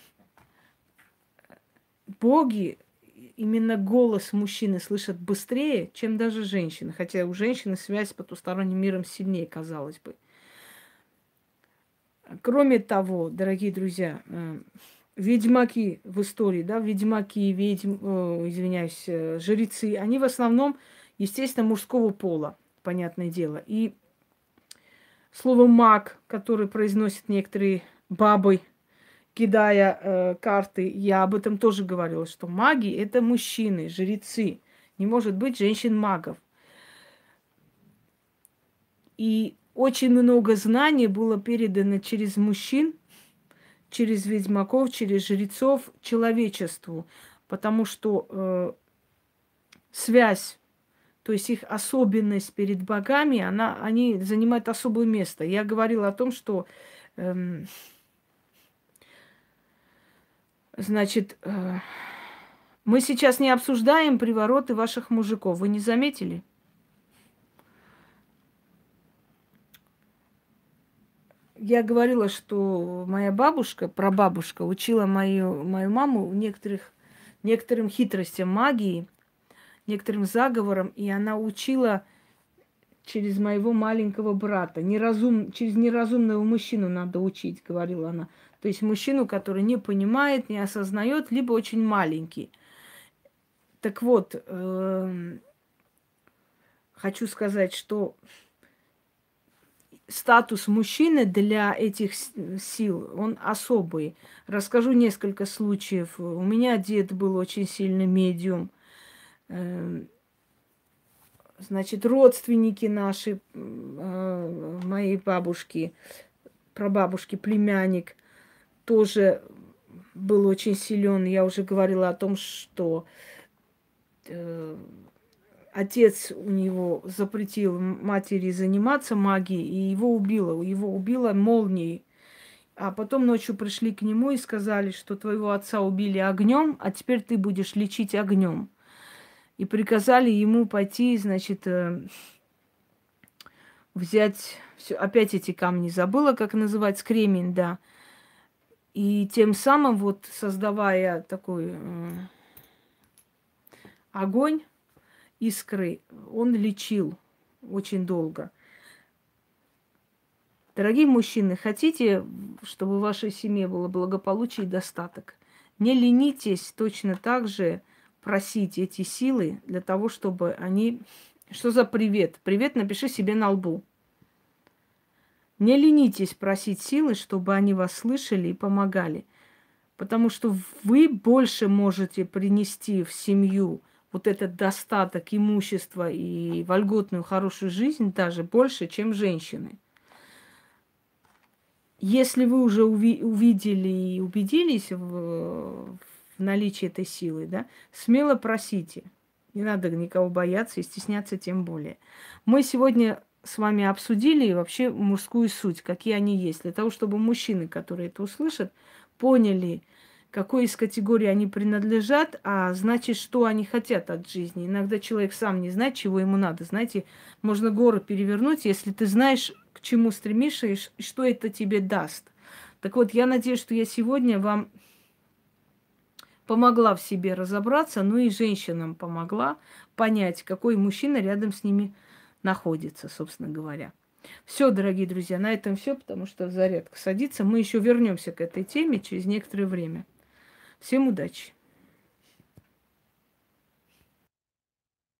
боги, именно голос мужчины слышат быстрее, чем даже женщины. Хотя у женщины связь с потусторонним миром сильнее, казалось бы. Кроме того, дорогие друзья, ведьмаки в истории, да, ведьмаки, жрецы, они в основном, естественно, мужского пола, понятное дело. И слово «маг», которое произносят некоторые бабы, кидая карты, я об этом тоже говорила, что маги – это мужчины, жрецы. Не может быть женщин-магов. И очень много знаний было передано через мужчин, через ведьмаков, через жрецов человечеству. Потому что связь, то есть их особенность перед богами, они занимают особое место. Я говорила о том, что... Значит, мы сейчас не обсуждаем привороты ваших мужиков. Вы не заметили? Я говорила, что моя бабушка, прабабушка, учила мою маму некоторым хитростям магии, некоторым заговорам, и она учила через моего маленького брата. Через неразумного мужчину надо учить, говорила она. То есть мужчину, который не понимает, не осознает, либо очень маленький. Так вот, хочу сказать, что статус мужчины для этих сил, он особый. Расскажу несколько случаев. У меня дед был очень сильный медиум. Значит, родственники наши, моей бабушки, прабабушки, племянник, тоже был очень силен. Я уже говорила о том, что отец у него запретил матери заниматься магией, и его убило. Его убило молнией. А потом ночью пришли к нему и сказали, что твоего отца убили огнем, а теперь ты будешь лечить огнем. И приказали ему пойти, значит, взять... Опять эти камни забыла, как называть, кремень, да. И тем самым, вот создавая такой огонь, искры, он лечил очень долго. Дорогие мужчины, хотите, чтобы в вашей семье было благополучие и достаток? Не ленитесь точно так же просить эти силы для того, чтобы они... Что за привет? Привет напиши себе на лбу. Не ленитесь просить силы, чтобы они вас слышали и помогали. Потому что вы больше можете принести в семью вот этот достаток имущества и вольготную хорошую жизнь даже больше, чем женщины. Если вы уже увидели и убедились в в наличии этой силы, да, смело просите. Не надо никого бояться и стесняться тем более. Мы сегодня с вами обсудили вообще мужскую суть, какие они есть, для того, чтобы мужчины, которые это услышат, поняли, какой из категорий они принадлежат, а значит, что они хотят от жизни. Иногда человек сам не знает, чего ему надо. Знаете, можно горы перевернуть, если ты знаешь, к чему стремишься и что это тебе даст. Так вот, я надеюсь, что я сегодня вам помогла в себе разобраться, ну и женщинам помогла понять, какой мужчина рядом с ними находится, собственно говоря. Все, дорогие друзья, на этом все, потому что зарядка садится. Мы еще вернемся к этой теме через некоторое время. Всем удачи!